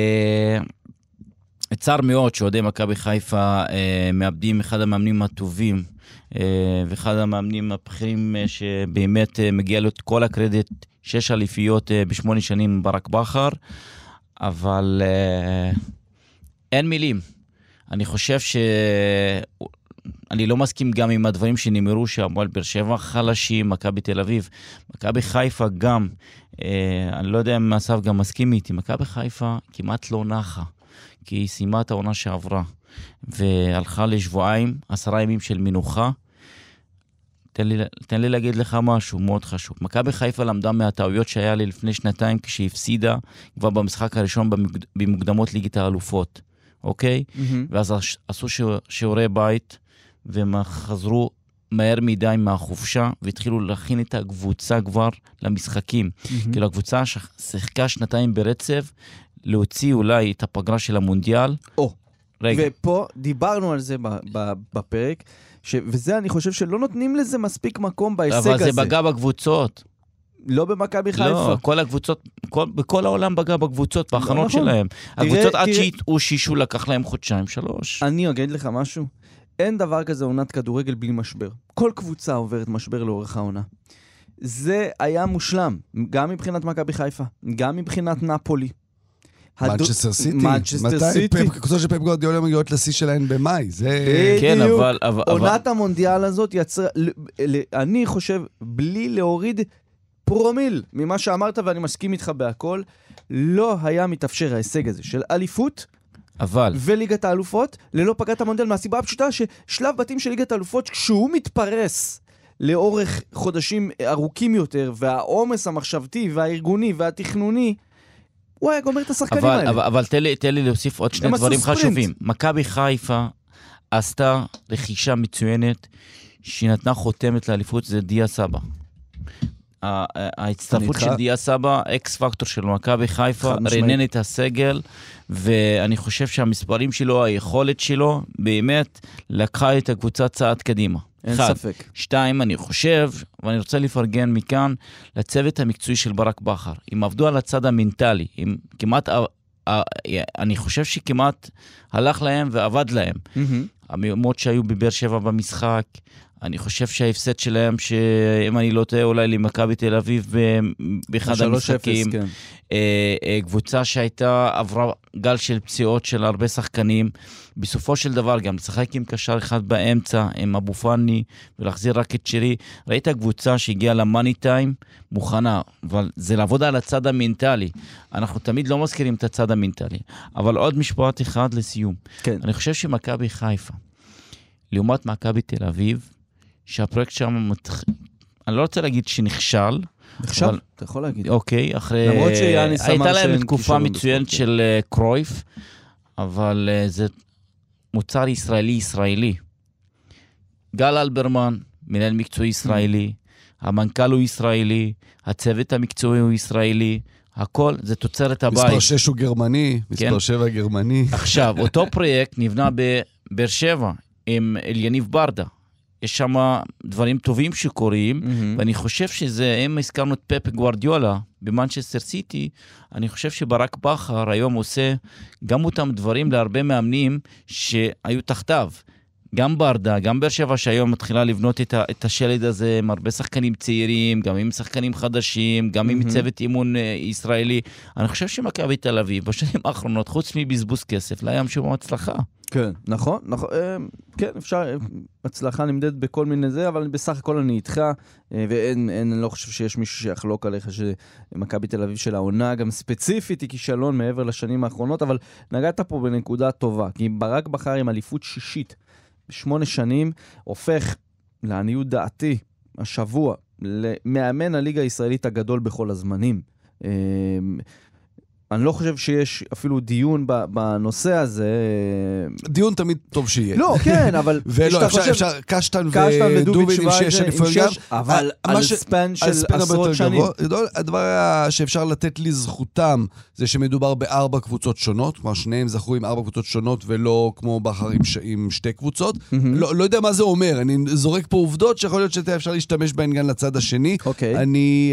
Speaker 6: צר מאוד שעודי מכבי חיפה uh, מאבדים אחד המאמנים הטובים, uh, ואחד המאמנים הבכירים uh, שבאמת uh, מגיע לו את כל הקרדיט, שש אליפיות uh, בשמונה שנים ברק בכר, אבל uh, אין מילים. אני חושב ש... אני לא מסכים גם עם הדברים שנאמרו שהפועל באר שבע חלשים, מכבי תל אביב, מכבי חיפה גם, uh, אני לא יודע אם אסף גם מסכים איתי, מכבי חיפה כמעט לא נחה, כי היא סיימה את העונה שעברה, והלכה לשבועיים, עשרה ימים של מנוחה. תן לי, תן לי להגיד לך משהו מאוד חשוב. מכבי חיפה למדה מהטעויות שהיה לי לפני שנתיים, כשהפסידה כבר במשחק הראשון במוקדמות ליגת האלופות. אוקיי? Mm-hmm. ואז עשו שיעורי בית, והם חזרו מהר מדי מהחופשה, והתחילו להכין את הקבוצה כבר למשחקים. Mm-hmm. כאילו הקבוצה ששיחקה שנתיים ברצף, להוציא אולי את הפגרה של המונדיאל.
Speaker 4: או, רגע. ופה דיברנו על זה בפרק, ש... וזה אני חושב שלא נותנים לזה מספיק מקום בהישג הזה.
Speaker 6: אבל זה בגע בקבוצות.
Speaker 4: לא במכבי חיפה.
Speaker 6: לא, כל הקבוצות, כל, בכל העולם בגע בקבוצות, בהכנות לא, נכון. שלהם. הקבוצות תראה, עד תראה... שהתאוששו לקח להם חודשיים, שלוש.
Speaker 4: אני אגיד לך משהו. אין דבר כזה עונת כדורגל בלי משבר. כל קבוצה עוברת משבר לאורך העונה. זה היה מושלם, גם מבחינת מכבי חיפה, גם מבחינת נפולי.
Speaker 5: מנצ'סטר סיטי.
Speaker 4: מנצ'סטר סיטי.
Speaker 5: מתי קבוצות של פפ גוארדיולה מגיעות לשיא שלהן במאי? זה...
Speaker 6: כן, אבל...
Speaker 4: עונת המונדיאל הזאת יצרה... אני חושב, בלי להוריד פרומיל ממה שאמרת, ואני מסכים איתך בהכל, לא היה מתאפשר ההישג הזה של אליפות,
Speaker 6: אבל...
Speaker 4: וליגת האלופות, ללא פגרת המונדיאל, מהסיבה הפשוטה ששלב בתים של ליגת האלופות, כשהוא מתפרס לאורך חודשים ארוכים יותר, והעומס המחשבתי והארגוני והתכנוני, הוא היה גומר את השחקנים
Speaker 6: אבל,
Speaker 4: האלה.
Speaker 6: אבל, אבל תן לי, תן לי להוסיף עוד שני דברים חשובים. מכבי חיפה עשתה רכישה מצוינת, שנתנה חותמת לאליפות, זה דיה סבא. ההצטרפות של דיה סבא, אקס פקטור של מכבי חיפה, רנן את הסגל, ואני חושב שהמספרים שלו, היכולת שלו, באמת לקחה את הקבוצה צעד קדימה.
Speaker 4: אין
Speaker 6: אחד.
Speaker 4: ספק.
Speaker 6: שתיים, אני חושב, ואני רוצה לפרגן מכאן, לצוות המקצועי של ברק בכר. הם עבדו על הצד המנטלי, הם כמעט, אני חושב שכמעט הלך להם ועבד להם. Mm-hmm. המאומות שהיו בבאר שבע במשחק, אני חושב שההפסד שלהם, שאם אני לא טועה, אולי למכבי תל אביב באחד המשחקים, כן. קבוצה שהייתה, עברה גל של פציעות של הרבה שחקנים, בסופו של דבר גם לשחק עם קשר אחד באמצע, עם אבו פאני, ולהחזיר רק את שרי. ראית קבוצה שהגיעה למאני טיים, מוכנה, אבל זה לעבוד על הצד המנטלי. אנחנו תמיד לא מזכירים את הצד המנטלי. אבל עוד משפט אחד לסיום.
Speaker 4: כן.
Speaker 6: אני חושב שמכבי חיפה, לעומת מכבי תל אביב, שהפרויקט שם, אני לא רוצה להגיד שנכשל.
Speaker 4: נכשל? אבל... אתה יכול להגיד.
Speaker 6: אוקיי, אחרי...
Speaker 4: למרות שיאניס אמר
Speaker 6: הייתה להם תקופה מצוינת של קרויף, אבל זה מוצר ישראלי-ישראלי. גל אלברמן, מנהל מקצועי ישראלי, המנכ"ל הוא ישראלי, הצוות המקצועי הוא ישראלי, הכל זה תוצרת הבית.
Speaker 5: מספר שש הוא גרמני, מספר שבע גרמני.
Speaker 6: עכשיו, אותו פרויקט נבנה בבאר שבע, עם אליניב ברדה. יש שם דברים טובים שקורים, mm-hmm. ואני חושב שזה, אם הזכרנו את פפ גוארדיולה במנצ'סטר סיטי, אני חושב שברק בכר היום עושה גם אותם דברים להרבה מאמנים שהיו תחתיו. גם ברדה, גם באר שבע שהיום מתחילה לבנות את, ה, את השלד הזה, עם הרבה שחקנים צעירים, גם עם שחקנים חדשים, גם עם צוות אימון ישראלי. אני חושב שמכבי תל אביב, בשנים האחרונות, חוץ מבזבוז כסף, לא היה שום הצלחה.
Speaker 4: כן, נכון, נכון, כן, אפשר, הצלחה נמדדת בכל מיני זה, אבל בסך הכל אני איתך, ואין, אין, אני לא חושב שיש מישהו שיחלוק עליך שמכבי תל אביב של העונה, גם ספציפית היא כישלון מעבר לשנים האחרונות, אבל נגעת פה בנקודה טובה, כי ברק בכר עם אליפות שישית, בשמונה שנים, הופך, לעניות דעתי, השבוע, למאמן הליגה הישראלית הגדול בכל הזמנים. אני לא חושב שיש אפילו דיון בנושא הזה.
Speaker 5: דיון תמיד טוב שיהיה.
Speaker 4: לא, כן, אבל...
Speaker 5: ולא, אפשר, קשטן ודוביץ' עם שש נפגש,
Speaker 4: אבל על ספן של עשרות שנים.
Speaker 5: הדבר שאפשר לתת לזכותם, זה שמדובר בארבע קבוצות שונות, כלומר שניהם זכו עם ארבע קבוצות שונות, ולא כמו בחר עם שתי קבוצות. לא יודע מה זה אומר, אני זורק פה עובדות, שיכול להיות שאפשר להשתמש בהן גם לצד השני. אני...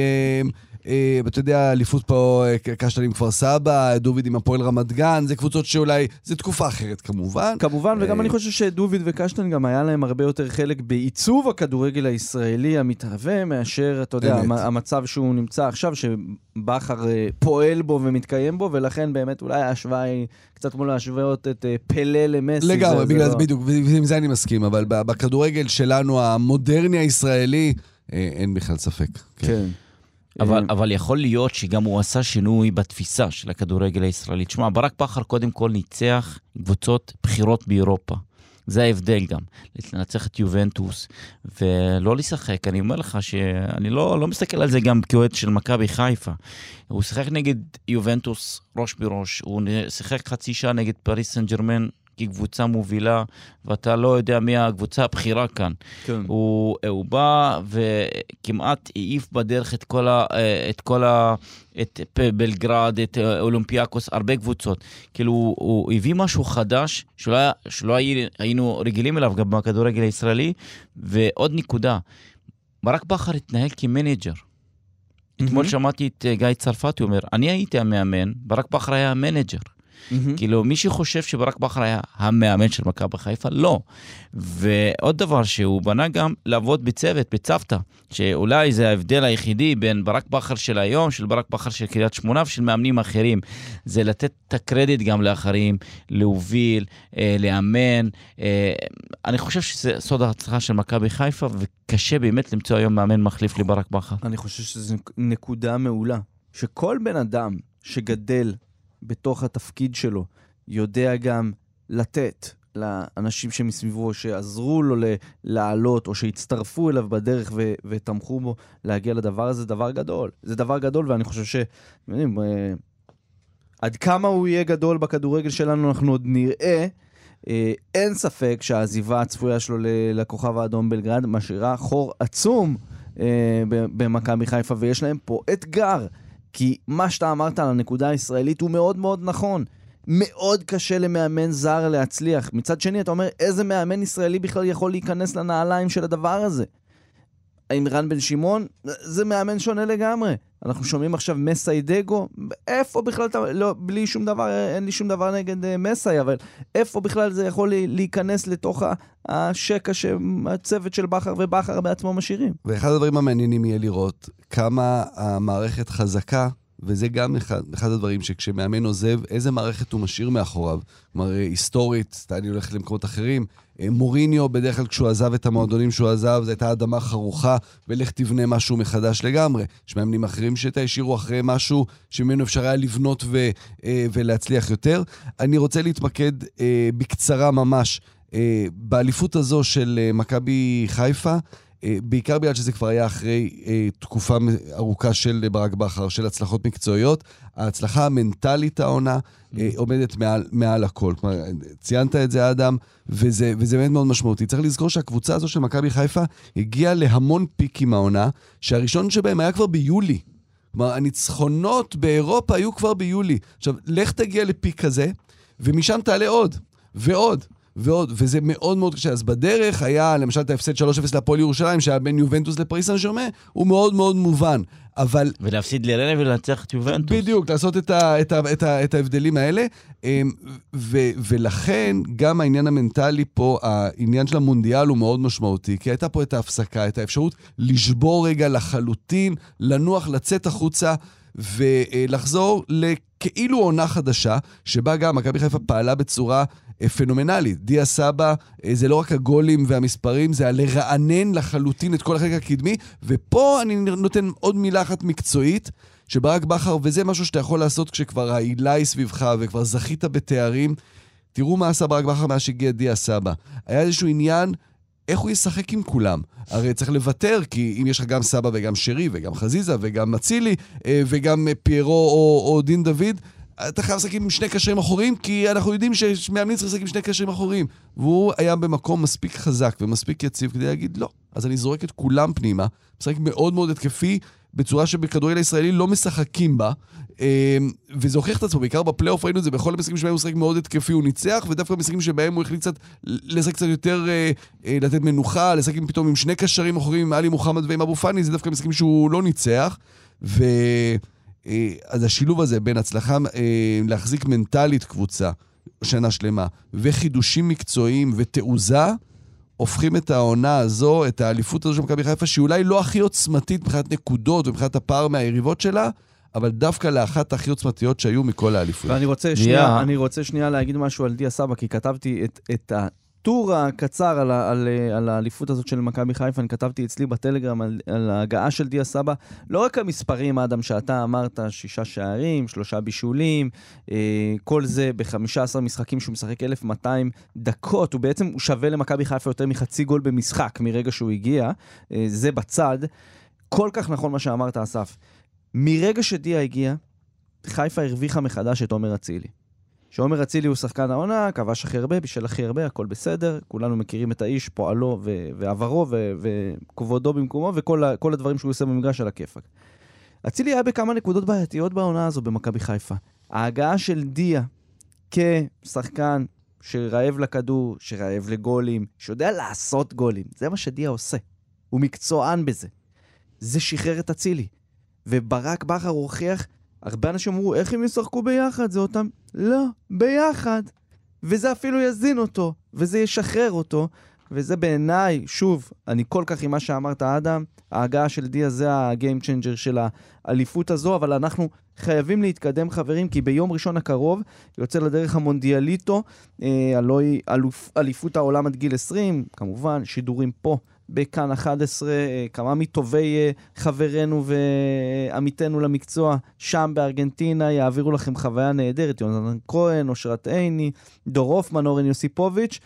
Speaker 5: אתה יודע, אליפות פה, קשטן עם כפר סבא, דוביד עם הפועל רמת גן, זה קבוצות שאולי, זה תקופה אחרת כמובן.
Speaker 4: כמובן, וגם אני חושב שדוביד וקשטן גם היה להם הרבה יותר חלק בעיצוב הכדורגל הישראלי המתהווה, מאשר, אתה יודע, המצב שהוא נמצא עכשיו, שבחר פועל בו ומתקיים בו, ולכן באמת אולי ההשוואה היא קצת כמו להשוואות את פלה למסי.
Speaker 5: לגמרי, בגלל זה בדיוק, ועם זה אני מסכים, אבל בכדורגל שלנו, המודרני הישראלי, אין בכלל ספק.
Speaker 4: כן.
Speaker 6: אבל, אבל יכול להיות שגם הוא עשה שינוי בתפיסה של הכדורגל הישראלי. תשמע, ברק בכר קודם כל ניצח קבוצות בחירות באירופה. זה ההבדל גם. לנצח את יובנטוס ולא לשחק. אני אומר לך שאני לא, לא מסתכל על זה גם כאוהד של מכבי חיפה. הוא שיחק נגד יובנטוס ראש בראש. הוא שיחק חצי שעה נגד פריס סן ז'רמן כקבוצה מובילה, ואתה לא יודע מי הקבוצה הבחירה כאן. כן. הוא, הוא בא וכמעט העיף בדרך את כל ה... את כל ה... את בלגרד, את אולימפיאקוס, הרבה קבוצות. כאילו, הוא, הוא הביא משהו חדש, שלא, שלא היינו רגילים אליו גם בכדורגל הישראלי, ועוד נקודה, ברק בכר התנהל כמנג'ר. אתמול שמעתי את גיא צרפתי אומר, אני הייתי המאמן, ברק בכר היה המנג'ר. כאילו, מי שחושב שברק בכר היה המאמן של מכבי חיפה, לא. ועוד דבר שהוא בנה גם לעבוד בצוות, בצוותא, שאולי זה ההבדל היחידי בין ברק בכר של היום, של ברק בכר של קריית שמונה ושל מאמנים אחרים, זה לתת את הקרדיט גם לאחרים, להוביל, אה, לאמן. אה, אני חושב שזה סוד ההצלחה של מכבי חיפה, וקשה באמת למצוא היום מאמן מחליף לברק בכר.
Speaker 4: אני חושב שזו נקודה מעולה, שכל בן אדם שגדל בתוך התפקיד שלו, יודע גם לתת לאנשים שמסביבו, שעזרו לו לעלות, או שהצטרפו אליו בדרך ו- ותמכו בו להגיע לדבר הזה, זה דבר גדול. זה דבר גדול, ואני חושב ש... יודעים, עד כמה הוא יהיה גדול בכדורגל שלנו, אנחנו עוד נראה. אין ספק שהעזיבה הצפויה שלו לכוכב האדום בלגרד, משאירה חור עצום במכבי חיפה, ויש להם פה אתגר. כי מה שאתה אמרת על הנקודה הישראלית הוא מאוד מאוד נכון. מאוד קשה למאמן זר להצליח. מצד שני, אתה אומר, איזה מאמן ישראלי בכלל יכול להיכנס לנעליים של הדבר הזה? האם רן בן שמעון? זה מאמן שונה לגמרי. אנחנו שומעים עכשיו מסי דגו. איפה בכלל, לא, בלי שום דבר, אין לי שום דבר נגד מסי, אבל איפה בכלל זה יכול להיכנס לתוך השקע שהצוות של בכר ובכר בעצמו משאירים?
Speaker 5: ואחד הדברים המעניינים יהיה לראות כמה המערכת חזקה, וזה גם אחד, אחד הדברים שכשמאמן עוזב, איזה מערכת הוא משאיר מאחוריו. כלומר, היסטורית, אני הולך למקומות אחרים, מוריניו, בדרך כלל כשהוא עזב את המועדונים שהוא עזב, זו הייתה אדמה חרוכה, ולך תבנה משהו מחדש לגמרי. יש מאמנים אחרים שהשאירו אחרי משהו שממנו אפשר היה לבנות ו, ולהצליח יותר. אני רוצה להתמקד בקצרה ממש באליפות הזו של מכבי חיפה, בעיקר בגלל שזה כבר היה אחרי תקופה ארוכה של ברק בכר, של הצלחות מקצועיות. ההצלחה המנטלית העונה עומדת מעל, מעל הכל. כלומר, ציינת את זה, אדם, וזה, וזה באמת מאוד משמעותי. צריך לזכור שהקבוצה הזו של מכבי חיפה הגיעה להמון פיקים העונה, שהראשון שבהם היה כבר ביולי. כלומר, הניצחונות באירופה היו כבר ביולי. עכשיו, לך תגיע לפיק כזה, ומשם תעלה עוד, ועוד. ועוד, וזה מאוד מאוד קשה. אז בדרך היה, למשל, את ההפסד שלוש אפס להפועל ירושלים, שהיה בין יובנטוס לפריס סן ז'רמן, הוא מאוד מאוד מובן. אבל...
Speaker 6: ולהפסיד לרנה ולנצח את יובנטוס.
Speaker 5: בדיוק, לעשות את, ה, את, ה, את, ה, את ההבדלים האלה, ו, ולכן גם העניין המנטלי פה, העניין של המונדיאל הוא מאוד משמעותי, כי הייתה פה את ההפסקה, את האפשרות לשבור רגע לחלוטין, לנוח, לצאת החוצה, ולחזור לכאילו עונה חדשה, שבה גם מכבי חיפה פעלה בצורה פנומנלית. דיה סבא, זה לא רק הגולים והמספרים, זה לרענן לחלוטין את כל החלק הקדמי, ופה אני נותן עוד מילה אחת מקצועית, שברק בכר, וזה משהו שאתה יכול לעשות כשכבר העילה היא סביבך, וכבר זכית בתארים, תראו מה עשה ברק בכר מאז שהגיע דיה סבא. היה איזשהו עניין, איך הוא ישחק עם כולם? הרי צריך לוותר, כי אם יש לך גם סבא וגם שרי, וגם חזיזה, וגם מצילי, וגם פיירו או, או דין דוד, אתה חייב לשחק עם שני קשרים אחוריים, כי אנחנו יודעים שמאמנים צריך לשחק עם שני קשרים אחוריים. והוא היה במקום מספיק חזק ומספיק יציב כדי להגיד לא. אז אני זורק את כולם פנימה, משחק מאוד מאוד התקפי, בצורה שבכדורגל הישראלי לא משחקים בה, וזה הוכיח את עצמו, בעיקר בפלייאוף ראינו את זה, בכל המשחקים שבהם הוא משחק מאוד התקפי הוא ניצח, ודווקא במשחקים שבהם הוא החליט קצת לשחק קצת יותר, לתת מנוחה, לשחק פתאום עם שני קשרים אחרים, עם אלי מוחמד ועם אבו פאני, זה דווקא משחקים שהוא לא ניצח, ו... אז השילוב הזה בין הצלחה להחזיק מנטלית קבוצה, שנה שלמה, וחידושים מקצועיים ותעוזה, הופכים את העונה הזו, את האליפות הזו של מכבי חיפה, שהיא אולי לא הכי עוצמתית מבחינת נקודות ומבחינת הפער מהיריבות שלה, אבל דווקא לאחת הכי עוצמתיות שהיו מכל האליפות.
Speaker 4: ואני רוצה שנייה, אני רוצה שנייה להגיד משהו על דיה סבא, כי כתבתי את, את הטור הקצר על, על, על האליפות הזאת של מכבי חיפה, אני כתבתי אצלי בטלגרם על, על ההגעה של דיה סבא, לא רק המספרים, אדם, שאתה אמרת, שישה שערים, שלושה בישולים, אה, כל זה ב-חמישה עשר משחקים שהוא משחק אלף ומאתיים דקות, הוא בעצם הוא שווה למכבי חיפה יותר מחצי גול במשחק מרגע שהוא הגיע, אה, זה בצד. כל כך נכון מה שאמרת, אסף. מרגע שדיה הגיע, חיפה הרוויחה מחדש את עומר אצילי. שעומר אצילי הוא שחקן העונה, כבש הכי הרבה, בשל הכי הרבה, הכל בסדר, כולנו מכירים את האיש, פועלו ו- ועברו ו- וכבודו במקומו, וכל ה- כל הדברים שהוא עושה במגרש על הכיפק. אצילי היה בכמה נקודות בעייתיות בעונה הזו במכבי חיפה. ההגעה של דיה כשחקן שרעב לכדור, שרעב לגולים, שיודע לעשות גולים, זה מה שדיה עושה. הוא מקצוען בזה. זה שחרר את אצילי. וברק בכר הוכיח, הרבה אנשים אמרו, איך הם ישחקו ביחד? זה אותם, לא, ביחד. וזה אפילו יזין אותו, וזה ישחרר אותו, וזה בעיניי, שוב, אני כל כך עם מה שאמרת, אדם, ההגעה של דיה זה הגיים צ'יינג'ר של האליפות הזו, אבל אנחנו חייבים להתקדם, חברים, כי ביום ראשון הקרוב יוצא לדרך המונדיאליטו, אה, הלוא היא אלופ, אליפות העולם עד גיל עשרים, כמובן, שידורים פה, בכאן אחת עשרה, כמה מטובי חברנו ועמיתנו למקצוע שם בארגנטינה, יעבירו לכם חוויה נהדרת, יונתן כהן, אושרת עיני, דור הופמן, אורן יוסיפוביץ',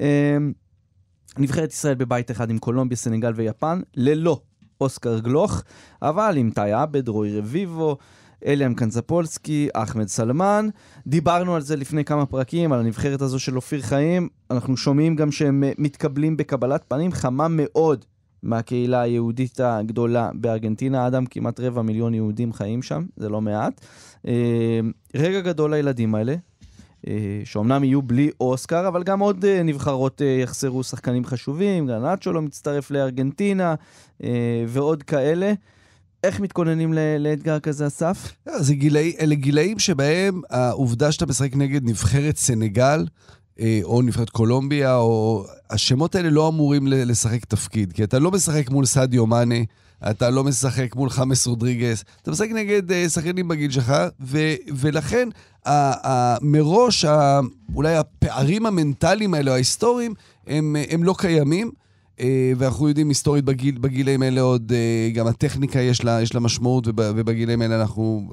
Speaker 4: נבחרת ישראל בבית אחד עם קולומביה, סנגל ויפן, ללא אוסקר גלוך, אבל עם טאי עבד, רוי רביבו, אליאם קנצפולסקי, אחמד סלמן. דיברנו על זה לפני כמה פרקים, על הנבחרת הזו של אופיר חיים. אנחנו שומעים גם שהם מתקבלים בקבלת פנים חמה מאוד מהקהילה היהודית הגדולה בארגנטינה. אדם, כמעט רבע מיליון יהודים חיים שם, זה לא מעט. רגע גדול לילדים האלה, שאומנם יהיו בלי אוסקר, אבל גם עוד נבחרות יחסרו שחקנים חשובים, גרנצ'ו לא מצטרף לארגנטינה, ועוד כאלה. איך מתכוננים לאתגר כזה, אסף?
Speaker 5: זה גילאי, אלה גילאים שבהם העובדה שאתה משחק נגד נבחרת סנגל, או נבחרת קולומביה, או השמות האלה לא אמורים לשחק תפקיד, כי אתה לא משחק מול סאדיו מאנה, אתה לא משחק מול חמאס רודריגס, אתה משחק נגד שחקנים בגיל שלך, ו- ולכן ה- ה- מראש ה- אולי הפערים המנטליים האלה, ההיסטוריים, הם, הם לא קיימים, ואנחנו יודעים היסטורית בגיל, בגילאים האלה עוד, גם הטכניקה יש לה, יש לה משמעות, ובגילאים האלה אנחנו,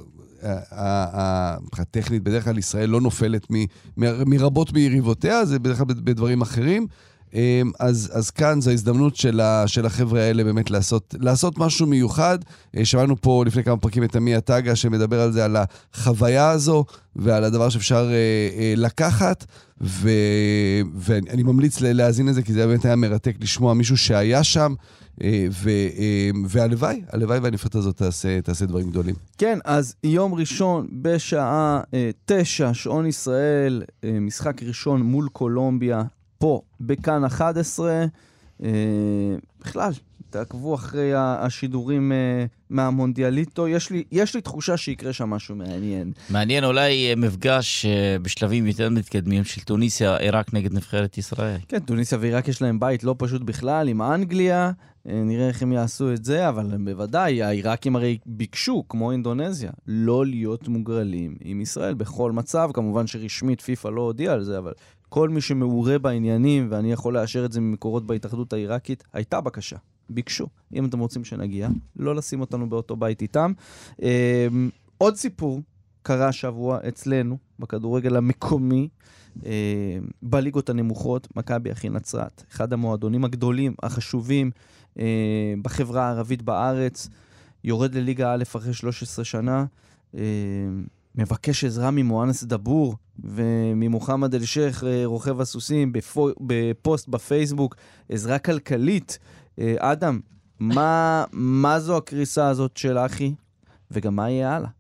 Speaker 5: הטכנית בדרך כלל ישראל לא נופלת מ, מ, מרבות ביריבותיה, זה בדרך כלל בדברים אחרים, אז, אז כאן זו ההזדמנות של, ה, של החבר'ה האלה באמת לעשות, לעשות משהו מיוחד. שמענו פה לפני כמה פרקים את אמי הטאגה שמדבר על זה, על החוויה הזו ועל הדבר שאפשר לקחת, ו, ואני ממליץ להאזין לזה, כי זה באמת היה מרתק לשמוע מישהו שהיה שם, ו, והלוואי, הלוואי והנבחרת הזאת תעשה, תעשה דברים גדולים.
Speaker 4: כן, אז יום ראשון בשעה תשע, שעון ישראל, משחק ראשון מול קולומביה, פה, בכאן אחת עשרה, בכלל, תעקבו אחרי השידורים מהמונדיאליטו. יש לי, יש לי תחושה שיקרה שם משהו מעניין.
Speaker 6: מעניין אולי מפגש בשלבים יותר מתקדמים של טוניסיה, עיראק נגד נבחרת ישראל.
Speaker 4: כן, טוניסיה ועיראק יש להם בית לא פשוט בכלל, עם אנגליה, נראה איך הם יעשו את זה, אבל בוודאי, העיראקים הרי ביקשו, כמו אינדונזיה, לא להיות מוגרלים עם ישראל בכל מצב. כמובן שרשמית פיפה לא הודיע על זה, אבל כל מי שמעורה בעניינים, ואני יכול לאשר את זה ממקורות בהתאחדות העיראקית, הייתה בקשה. ביקשו. אם אתם רוצים שנגיע, לא לשים אותנו באותו בית איתם. עוד סיפור קרה שבוע אצלנו, בכדורגל המקומי, בליגות הנמוכות, מכבי אחי נצרת, אחד המועדונים הגדולים, החשובים, בחברה הערבית בארץ, יורד לליגה א' אחרי שלוש עשרה שנה, מבקש עזרה ממואנס דבור וממוחמד אל-שייח, רוכב הסוסים, בפוסט בפייסבוק, עזרה כלכלית. אדם, מה, מה זו הקריסה הזאת של אחי, וגם מה יהיה הלאה?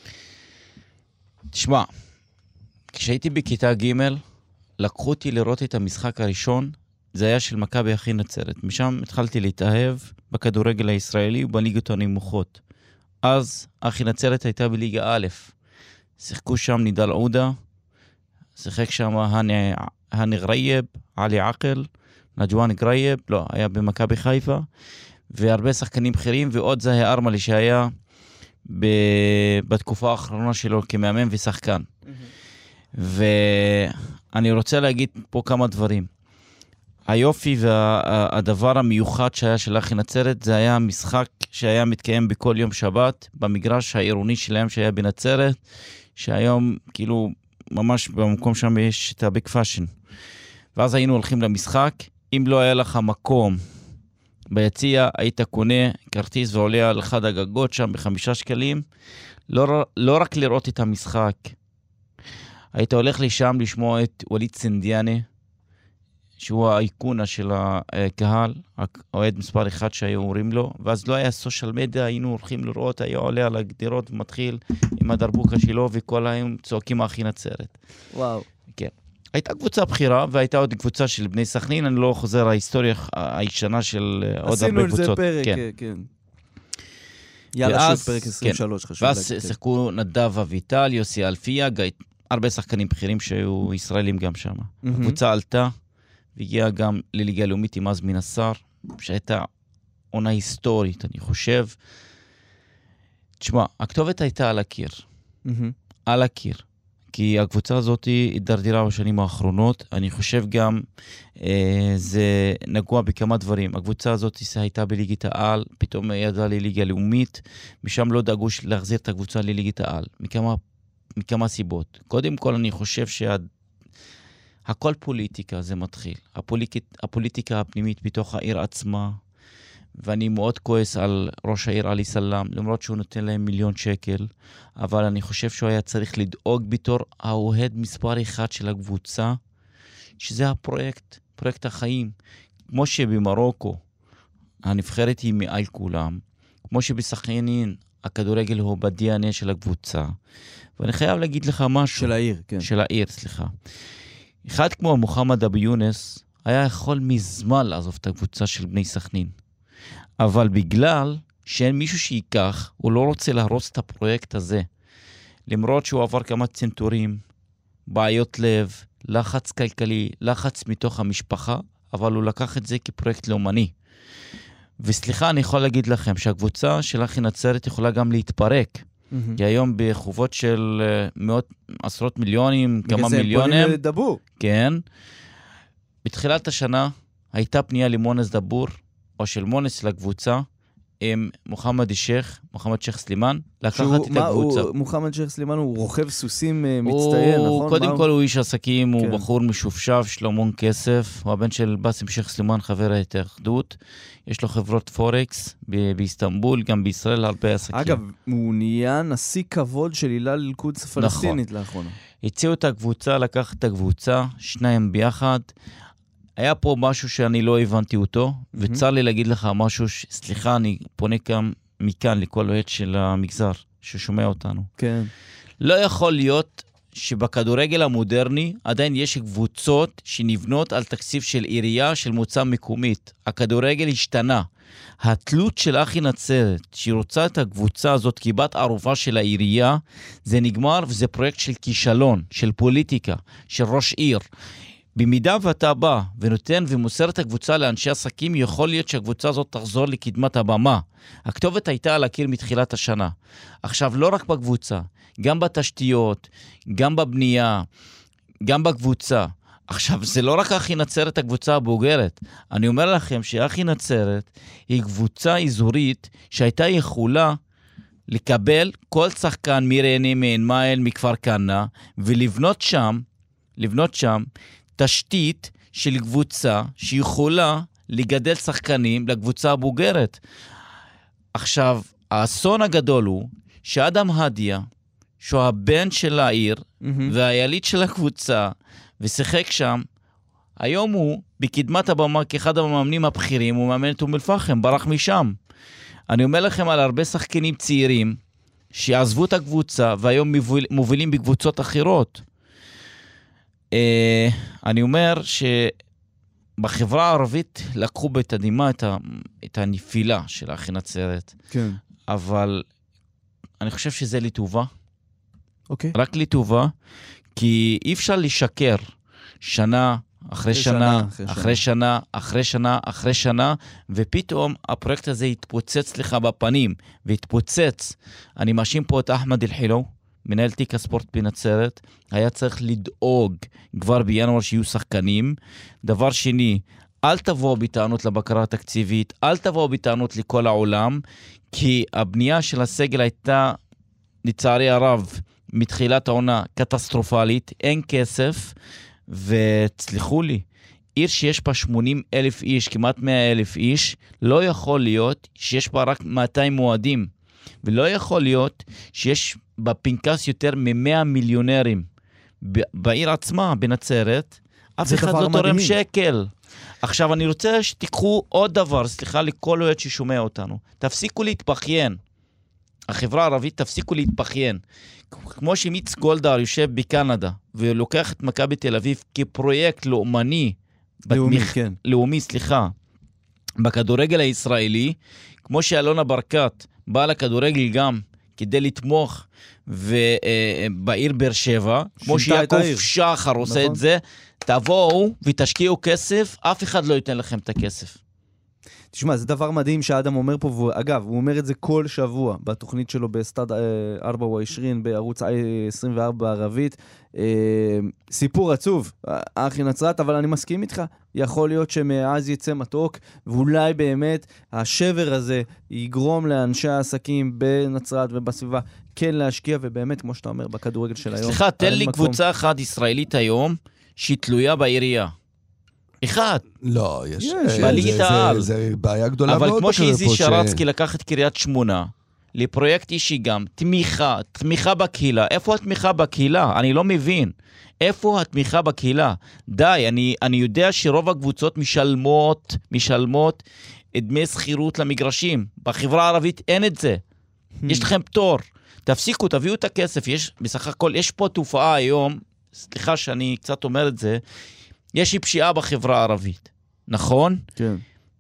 Speaker 6: תשמע, כשהייתי בכיתה ג' לקחו אותי לראות את המשחק הראשון, זה היה של מכבי אחי נצרת. משם התחלתי להתאהב בכדורגל הישראלי ובליגות הנמוכות. אז אחי נצרת הייתה בליגה א', שיחקו שם נידל עודה, שיחק שם הני גרייב, עלי עקל, נג'ואן גרייב, לא, היה במכבי חיפה, והרבה שחקנים בכירים, ועוד זהי ארמלי שהיה ב... בתקופה האחרונה שלו כמאמן ושחקן. Mm-hmm. ואני רוצה להגיד פה כמה דברים. היופי והדבר המיוחד שהיה של אחי נצרת, זה היה משחק שהיה מתקיים בכל יום שבת, במגרש העירוני שלהם שהיה בנצרת, שהיום כאילו ממש במקום שם יש את הביג פאשן. ואז היינו הולכים למשחק, אם לא היה לך מקום ביציע, היית קונה כרטיס ועולה על אחד הגגות שם בחמישה שקלים, לא, לא רק לראות את המשחק, היית הולך לשם לשמוע את וליד סנדיאנה, שהוא האיקונה של הקהל, האוהד מספר אחד שהיו אומרים לו, ואז לא היה סושיאל מדיה, היינו הולכים לראות, היה עולה על הגדירות ומתחיל עם הדרבוקה שלו, וכל היום צועקים אחי נצרת.
Speaker 4: וואו.
Speaker 6: כן. הייתה קבוצה בחירה, והייתה עוד קבוצה של בני סכנין, אני לא חוזר ההיסטוריה הישנה של עוד הרבה קבוצות.
Speaker 4: עשינו את זה פרק, כן. כן. יאללה, שוב פרק עשרים ושלוש, חשוב
Speaker 6: להגיד. ואז שחקו נדב אביטל, יוסי אלפיה, הרבה שחקנים בכירים שהיו ישראלים גם שם. הקבוצה עלתה, והגיעה גם לליגה לאומית עם אז מנסר, שהייתה עונה היסטורית, אני חושב. תשמע, הכתובת הייתה על הקיר. Mm-hmm. על הקיר. כי הקבוצה הזאת התדרדרה בשנים האחרונות. אני חושב גם, אה, זה נגוע בכמה דברים. הקבוצה הזאת הייתה בליגת העל, פתאום ידעה לליגה לאומית, משם לא דאגו להחזיר את הקבוצה לליגת העל. מכמה, מכמה סיבות. קודם כל, אני חושב שה... הכל פוליטיקה, זה מתחיל. הפוליטיקה, הפוליטיקה הפנימית בתוך העיר עצמה, ואני מאוד כועס על ראש העיר עלי סלאם, למרות שהוא נותן להם מיליון שקל, אבל אני חושב שהוא היה צריך לדאוג בתור האוהד מספר אחד של הקבוצה, שזה הפרויקט, פרויקט החיים. כמו שבמרוקו הנבחרת היא מעל כולם, כמו שבסכנין הכדורגל הוא ב-די אן איי של הקבוצה, ואני חייב להגיד לך משהו.
Speaker 4: של העיר, כן.
Speaker 6: של העיר, סליחה. אחד כמו מוחמד אבו יונס היה יכול מזמן לעזוב את הקבוצה של בני סכנין. אבל בגלל שאין מישהו שיקח, הוא לא רוצה להרוס את הפרויקט הזה. למרות שהוא עבר כמה צנתורים, בעיות לב, לחץ כלכלי, לחץ מתוך המשפחה, אבל הוא לקח את זה כפרויקט לאומני. וסליחה, אני יכול להגיד לכם שהקבוצה של אחי נצרת יכולה גם להתפרק. Mm-hmm. כי היום בחובות של מאות, עשרות מיליונים, כמה מיליונים.
Speaker 4: בגלל זה הם פונים לדבור.
Speaker 6: כן. בתחילת השנה הייתה פנייה למונס דבור, או של מונס לקבוצה, עם מוחמד שייח, מוחמד שייח סלימן, לקחת את
Speaker 4: מה,
Speaker 6: הקבוצה.
Speaker 4: הוא, מוחמד שייח סלימן הוא רוכב סוסים uh, מצטיין,
Speaker 6: הוא,
Speaker 4: נכון?
Speaker 6: קודם כל
Speaker 4: הוא...
Speaker 6: הוא איש עסקים, כן. הוא בחור משופשף, יש לו המון כסף, הוא הבן של בסם שייח סלימן, חבר ההתאחדות, יש לו חברות פורקס ב- באיסטנבול, גם בישראל, הרבה עסקים.
Speaker 4: אגב, הוא נהיה נשיא כבוד של הילל אל-קודס הפלסטינית נכון. לאחרונה.
Speaker 6: הציעו את הקבוצה, לקח את הקבוצה, שניים ביחד, היה פה משהו שאני לא הבנתי אותו, mm-hmm. וצר לי להגיד לך משהו, ש... סליחה, אני פונה כאן מכאן לכל אוהד של המגזר ששומע אותנו.
Speaker 4: כן.
Speaker 6: לא יכול להיות שבכדורגל המודרני עדיין יש קבוצות שנבנות על תקציב של עירייה של מוצא מקומית. הכדורגל השתנה. התלות של אחי נצרת, שהיא רוצה את הקבוצה הזאת כבת ערובה של העירייה, זה נגמר וזה פרויקט של כישלון, של פוליטיקה, של ראש עיר. במידה ואתה בא ונותן ומוסר את הקבוצה לאנשי עסקים, יכול להיות שהקבוצה הזאת תחזור לקדמת הבמה. הכתובת הייתה על הקיר מתחילת השנה. עכשיו, לא רק בקבוצה, גם בתשתיות, גם בבנייה, גם בקבוצה. עכשיו, זה לא רק אחי נצרת הקבוצה הבוגרת. אני אומר לכם שאחי נצרת היא קבוצה אזורית שהייתה יכולה לקבל כל שחקן מריינה, מעין מאהל, מכפר כנא, ולבנות שם, לבנות שם, תשתית של קבוצה שיכולה לגדל שחקנים לקבוצה הבוגרת. עכשיו, האסון הגדול הוא שאדם הדיה, שהוא הבן של העיר, mm-hmm. והיליד של הקבוצה, ושיחק שם, היום הוא בקדמת הבמה כאחד המאמנים הבכירים, הוא מאמן את אום אל-פחם, ברח משם. אני אומר לכם על הרבה שחקנים צעירים, שעזבו את הקבוצה, והיום מוביל, מובילים בקבוצות אחרות. Uh, אני אומר שבחברה הערבית לקחו בתדימה את, ה, את הנפילה של אחי נצרת. כן. אבל אני חושב שזה לטובה. אוקיי. Okay. רק לטובה, כי אי אפשר לשקר שנה אחרי שנה, שנה, אחרי שנה, אחרי שנה, אחרי שנה, ופתאום הפרויקט הזה יתפוצץ לך בפנים, והתפוצץ. אני מאשים פה את אחמד אל-חילו, מנהל תיק הספורט בנצרת, היה צריך לדאוג כבר בינואר שיהיו שחקנים. דבר שני, אל תבואו בטענות לבקרה התקציבית, אל תבואו בטענות לכל העולם, כי הבנייה של הסגל הייתה, לצערי הרב, מתחילת העונה קטסטרופלית, אין כסף, וצליחו לי, עיר שיש בה שמונים אלף איש, כמעט מאה אלף איש, לא יכול להיות שיש בה רק מאתיים מועדים, ולא יכול להיות שיש בפנקס יותר מ-מאה מיליונרים. בעיר עצמה, בנצרת, אף אחד לא תורם שקל. עכשיו, אני רוצה שתיקחו עוד דבר, סליחה לכל אוהד ששומע אותנו, תפסיקו להתבכיין. החברה הערבית תפסיקו להתבכיין. כמו שמיץ גולדהר יושב בקנדה, ולוקח את מכבי תל אביב כפרויקט לאומני,
Speaker 4: לאומי, בתמיך, כן.
Speaker 6: לאומי, סליחה, בכדורגל הישראלי, כמו שאלונה ברקת באה לכדורגל גם כדי לתמוך בעיר באר שבע, כמו שיעקב שחר עושה נכון. את זה, תבואו ותשקיעו כסף, אף אחד לא ייתן לכם את הכסף.
Speaker 4: תשמע, זה דבר מדהים שאדם אומר פה, ואגב, הוא אומר את זה כל שבוע, בתוכנית שלו בסטאד ארבע ועשרים, בערוץ עשרים וארבע בערבית. סיפור עצוב, אחי נצרת, אבל אני מסכים איתך, יכול להיות שמאז יצא מתוק, ואולי באמת השבר הזה יגרום לאנשי העסקים בנצרת ובסביבה כן להשקיע, ובאמת, כמו שאתה אומר, בכדורגל של היום.
Speaker 6: סליחה, תן לי קבוצה אחת ישראלית היום, שהיא תלויה בעירייה. אחד.
Speaker 5: לא, יש.
Speaker 6: יש. בליגת העל.
Speaker 5: זה בעיה גדולה מאוד.
Speaker 6: אבל כמו שאיזי שרצקי לקח את קריית שמונה, לפרויקט אישי גם, תמיכה, תמיכה בקהילה. איפה התמיכה בקהילה? אני לא מבין. איפה התמיכה בקהילה? די, אני, אני יודע שרוב הקבוצות משלמות, משלמות דמי שכירות למגרשים. בחברה הערבית אין את זה. יש לכם פטור. תפסיקו, תביאו את הכסף. יש, בסך הכל, יש פה תופעה היום, סליחה שאני קצת אומר את זה, יש לי פשיעה בחברה הערבית, נכון?
Speaker 4: כן.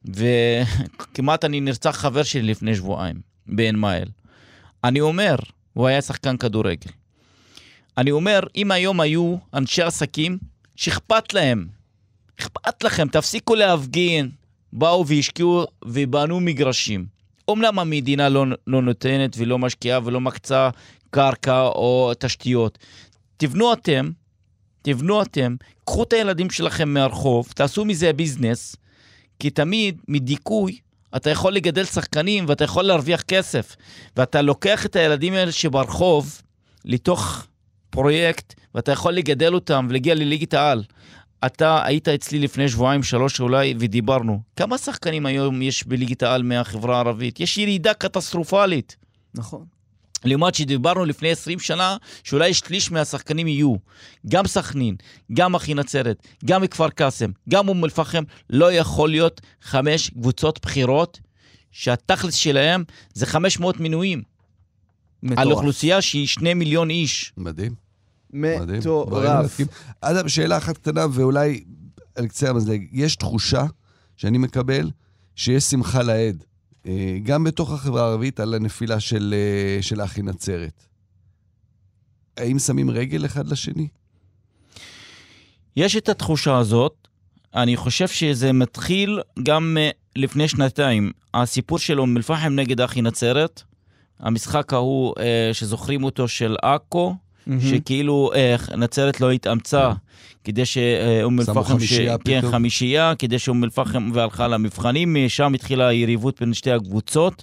Speaker 6: וכמעט אני נרצח חבר שלי לפני שבועיים, בעין מאהל. אני אומר, הוא היה שחקן כדורגל. אני אומר, אם היום היו אנשי עסקים שאכפת להם, אכפת לכם, תפסיקו להפגין, באו והשקיעו ובנו מגרשים. אומנם המדינה לא, לא נותנת ולא משקיעה ולא מקצה קרקע או תשתיות. תבנו אתם, תבנו אתם, קחו את הילדים שלכם מהרחוב, תעשו מזה ביזנס, כי תמיד מדיכוי אתה יכול לגדל שחקנים ואתה יכול להרוויח כסף, ואתה לוקח את הילדים האלה שברחוב לתוך פרויקט, ואתה יכול לגדל אותם ולהגיע לליגת העל. אתה היית אצלי לפני שבועיים, שלוש אולי, ודיברנו. כמה שחקנים היום יש בליגת העל מהחברה הערבית? יש ירידה קטסטרופלית.
Speaker 4: נכון.
Speaker 6: לעומת שדיברנו לפני עשרים שנה, שאולי שליש מהשחקנים יהיו, גם סכנין, גם אחי נצרת, גם מכפר קאסם, גם אום אל-פחם, לא יכול להיות חמש קבוצות בחירות, שהתכלס שלהם זה חמש מאות מינויים. מטורף. על אוכלוסייה שהיא שני מיליון איש.
Speaker 5: מדהים.
Speaker 4: מטורף.
Speaker 5: אדם, שאלה אחת קטנה, ואולי על קצה המזלג, יש תחושה שאני מקבל שיש שמחה לעד, גם בתוך החברה הערבית, על הנפילה של, של אחי נצרת. האם שמים רגל אחד לשני?
Speaker 6: יש את התחושה הזאת. אני חושב שזה מתחיל גם לפני שנתיים. הסיפור של אום אל-פחם נגד אחי נצרת, המשחק ההוא שזוכרים אותו של אקו, שכאילו נצרת לא התאמצה, כדי שאום אל-פחם, כן, חמישייה, כדי שאום אל-פחם והלכה למבחנים, שם התחילה היריבות בין שתי הקבוצות,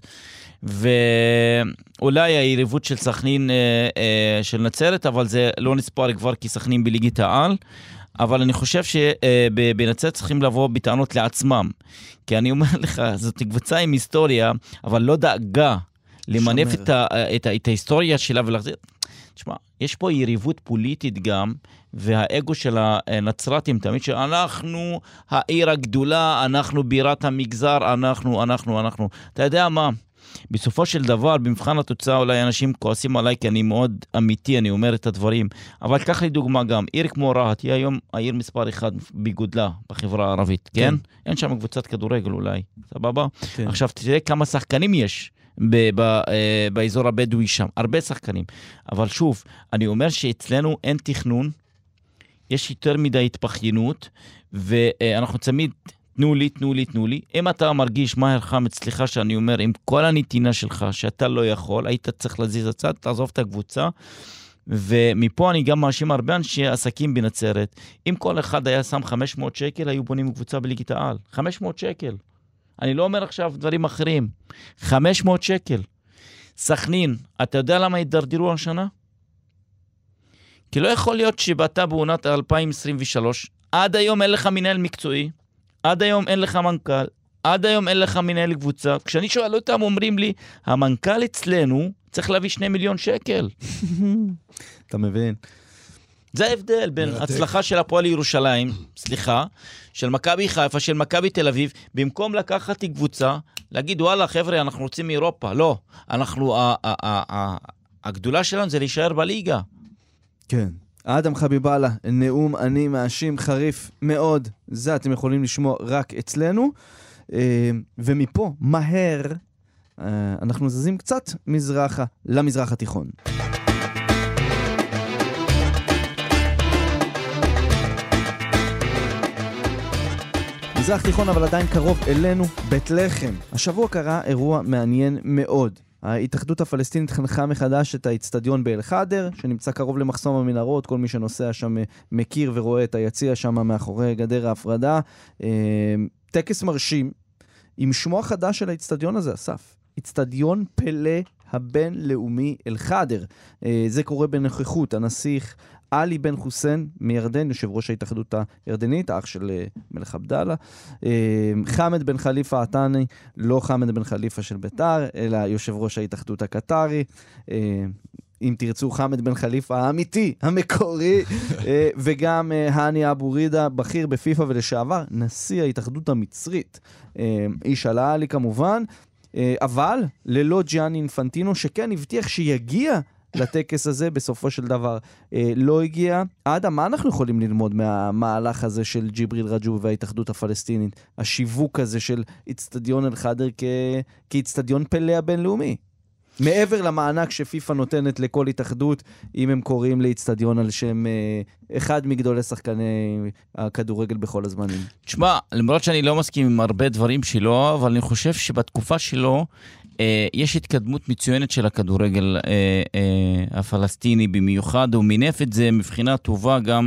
Speaker 6: ואולי היריבות של סכנין של נצרת, אבל זה לא נספר כבר כי סכנין בליגת העל, אבל אני חושב שבנצרת צריכים לבוא בטענות לעצמם, כי אני אומר לך, זאת קבוצה עם היסטוריה, אבל לא דאגה למנף את, ה, את, ה, את ההיסטוריה שלה ולהחזיר. תשמע, יש פה יריבות פוליטית גם, והאגו של הנצרתים תמיד שאנחנו העיר הגדולה, אנחנו בירת המגזר, אנחנו, אנחנו, אנחנו. אתה יודע מה? בסופו של דבר, במבחן התוצאה, אולי אנשים כועסים עליי, כי אני מאוד אמיתי, אני אומר את הדברים, אבל קח לי דוגמה גם, עיר כמו רהט, היא היום העיר מספר אחד בגודלה בחברה הערבית, כן? כן? אין שם קבוצת כדורגל אולי, סבבה? כן. עכשיו תראה כמה שחקנים יש ב- ב- באזור הבדואי שם, הרבה שחקנים, אבל שוב, אני אומר שאצלנו אין תכנון, יש יותר מדי התפחיינות, ואנחנו תמיד תנו לי, תנו לי, תנו לי. אם אתה מרגיש מה הרחם אצלך שאני אומר, עם כל הנתינה שלך שאתה לא יכול, היית צריך להזיז הצד, תעזוב את הקבוצה, ומפה אני גם מאשים הרבה אנשי עסקים בנצרת. אם כל אחד היה שם חמש מאות שקל, היו בונים קבוצה בליגת העל. חמש מאות שקל. אני לא אומר עכשיו דברים אחרים. חמש מאות שקל. סכנין, אתה יודע למה התדרדרו השנה? כי לא יכול להיות שבאתה בעונת אלפיים עשרים ושלוש, עד היום אין לך מנהל מקצועי, עד היום אין לך מנכ"ל, עד היום אין לך מנהל קבוצה. כשאני שואל אותם, אומרים לי, המנכ"ל אצלנו צריך להביא שני מיליון שקל.
Speaker 4: אתה מבין?
Speaker 6: זה ההבדל בין הצלחה של הפועל ירושלים, סליחה, של מכבי חיפה, של מכבי תל אביב, במקום לקחת קבוצה, להגיד, וואלה, חבר'ה, אנחנו רוצים מאירופה. לא, אנחנו, הגדולה שלנו זה להישאר בליגה.
Speaker 4: כן. אדם חביבאללה, נאום אני מאשים חריף מאוד. זה אתם יכולים לשמוע רק אצלנו. ומפה, מהר, אנחנו זזים קצת מזרחה, למזרח התיכון. מזרח תיכון אבל עדיין קרוב אלינו, בית לחם. השבוע קרה אירוע מעניין מאוד. ההתאחדות הפלסטינית חנכה מחדש את האצטדיון באל-חדר, שנמצא קרוב למחסום המנהרות, כל מי שנוסע שם מכיר ורואה את היציע שם מאחורי גדר ההפרדה. טקס מרשים, עם שמו החדש של האצטדיון הזה, אסף. אצטדיון פלא הבינלאומי אל-חדר. זה קורה בנוכחות הנסיך עלי בן חוסיין מירדן, יושב ראש ההתאחדות הירדנית, האח של מלך עבדאללה, חמד בן חליפה עטני, לא חמד בן חליפה של ביתר, אלא יושב ראש ההתאחדות הקטרי, אם תרצו חמד בן חליפה האמיתי, המקורי, וגם האני אבו רידה, בכיר בפיפה ולשעבר, נשיא ההתאחדות המצרית, איש על העלי כמובן, אבל ללא ג'יאני אינפנטינו, שכן הבטיח שיגיע לטקס הזה, בסופו של דבר לא הגיע. אדם, מה אנחנו יכולים ללמוד מהמהלך הזה של ג'יבריל רג'וב וההתאחדות הפלסטינית? השיווק הזה של אצטדיון אל-חדר כאצטדיון פלא הבינלאומי. מעבר למענק שפיפה נותנת לכל התאחדות, אם הם קוראים לאצטדיון על שם אחד מגדולי שחקני הכדורגל בכל הזמנים. תשמע,
Speaker 6: למרות שאני לא מסכים עם הרבה דברים שלו, אבל אני חושב שבתקופה שלו, יש התקדמות מצוינת של הכדורגל הפלסטיני במיוחד, הוא מינף את זה מבחינה טובה גם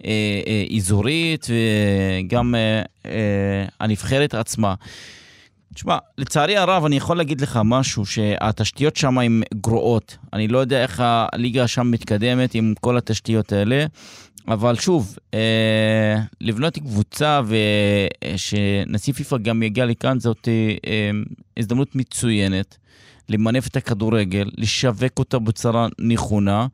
Speaker 6: אזורית וגם הנבחרת עצמה. תשמע, לצערי הרב אני יכול להגיד לך משהו, שהתשתיות שם הן גרועות. אני לא יודע איך הליגה שם מתקדמת עם כל התשתיות האלה, אבל שוב, אה, לבנות קבוצה ושנשיא פיפה גם יגיע לכאן, זאת אה, הזדמנות מצוינת למנף את הכדורגל, לשווק אותה בצורה נכונה,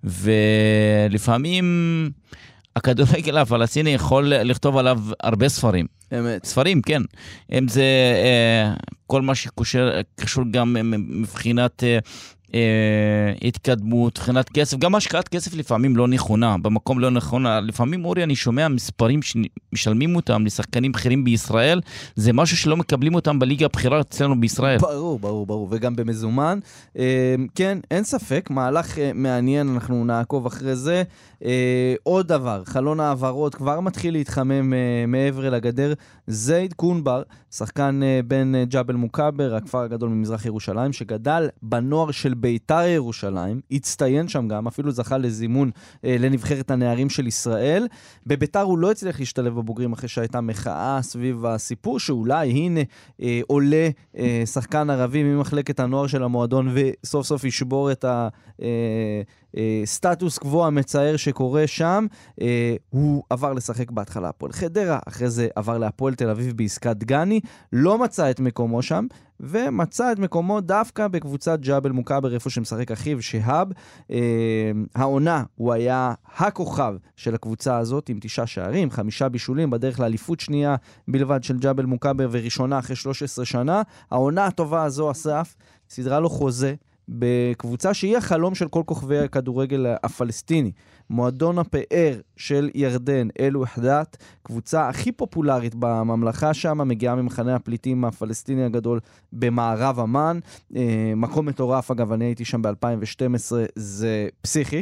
Speaker 6: ולפעמים הכדורגל הפלסטיני יכול לכתוב עליו הרבה ספרים. אמת. ספרים, כן. אם זה אה, כל מה שקשור גם מבחינת אה, התקדמות, תחינת כסף, גם השקעת כסף לפעמים לא נכונה, במקום לא נכונה. לפעמים, אורי, אני שומע מספרים שמשלמים אותם לשחקנים בכירים בישראל, זה משהו שלא מקבלים אותם בליגה הבכירה אצלנו בישראל.
Speaker 4: ברור, ברור, ברור, וגם במזומן. כן, אין ספק, מהלך מעניין, אנחנו נעקוב אחרי זה. עוד דבר, חלון העברות כבר מתחיל להתחמם מעבר לגדר, זייד קונבר, שחקן בן ג'בל מוקאבר, הכפר הגדול ממזרח ירושלים, שגדל בנוער של ביתר ירושלים, הצטיין שם גם, אפילו זכה לזימון לנבחרת הנערים של ישראל. בביתר הוא לא הצליח להשתלב בבוגרים אחרי שהייתה מחאה סביב הסיפור, שאולי הנה עולה שחקן ערבי ממחלקת הנוער של המועדון, וסוף סוף ישבור את ה... סטטוס קבוע המצער שקורה שם. הוא עבר לשחק בהתחלה הפועל חדרה, אחרי זה עבר להפועל תל אביב בעסקת דגני, לא מצא את מקומו שם, ומצא את מקומו דווקא בקבוצת ג'בל מוקאבר, איפה שמשחק אחיו שהב. העונה הוא היה הכוכב של הקבוצה הזאת, עם תשעה שערים, חמישה בישולים, בדרך לאליפות שנייה בלבד של ג'בל מוקאבר, וראשונה אחרי שלוש עשרה שנה. העונה הטובה הזו, אסף, סדרה לו חוזה בקבוצה שהיא החלום של כל כוכבי הכדורגל הפלסטיני. מועדון הפאר של ירדן, אלו החדת, קבוצה הכי פופולרית בממלכה שם, מגיעה ממחנה הפליטים הפלסטיני הגדול במערב אמן. מקום מטורף, אגב, אני הייתי שם ב-אלפיים ושתים עשרה, זה פסיכי.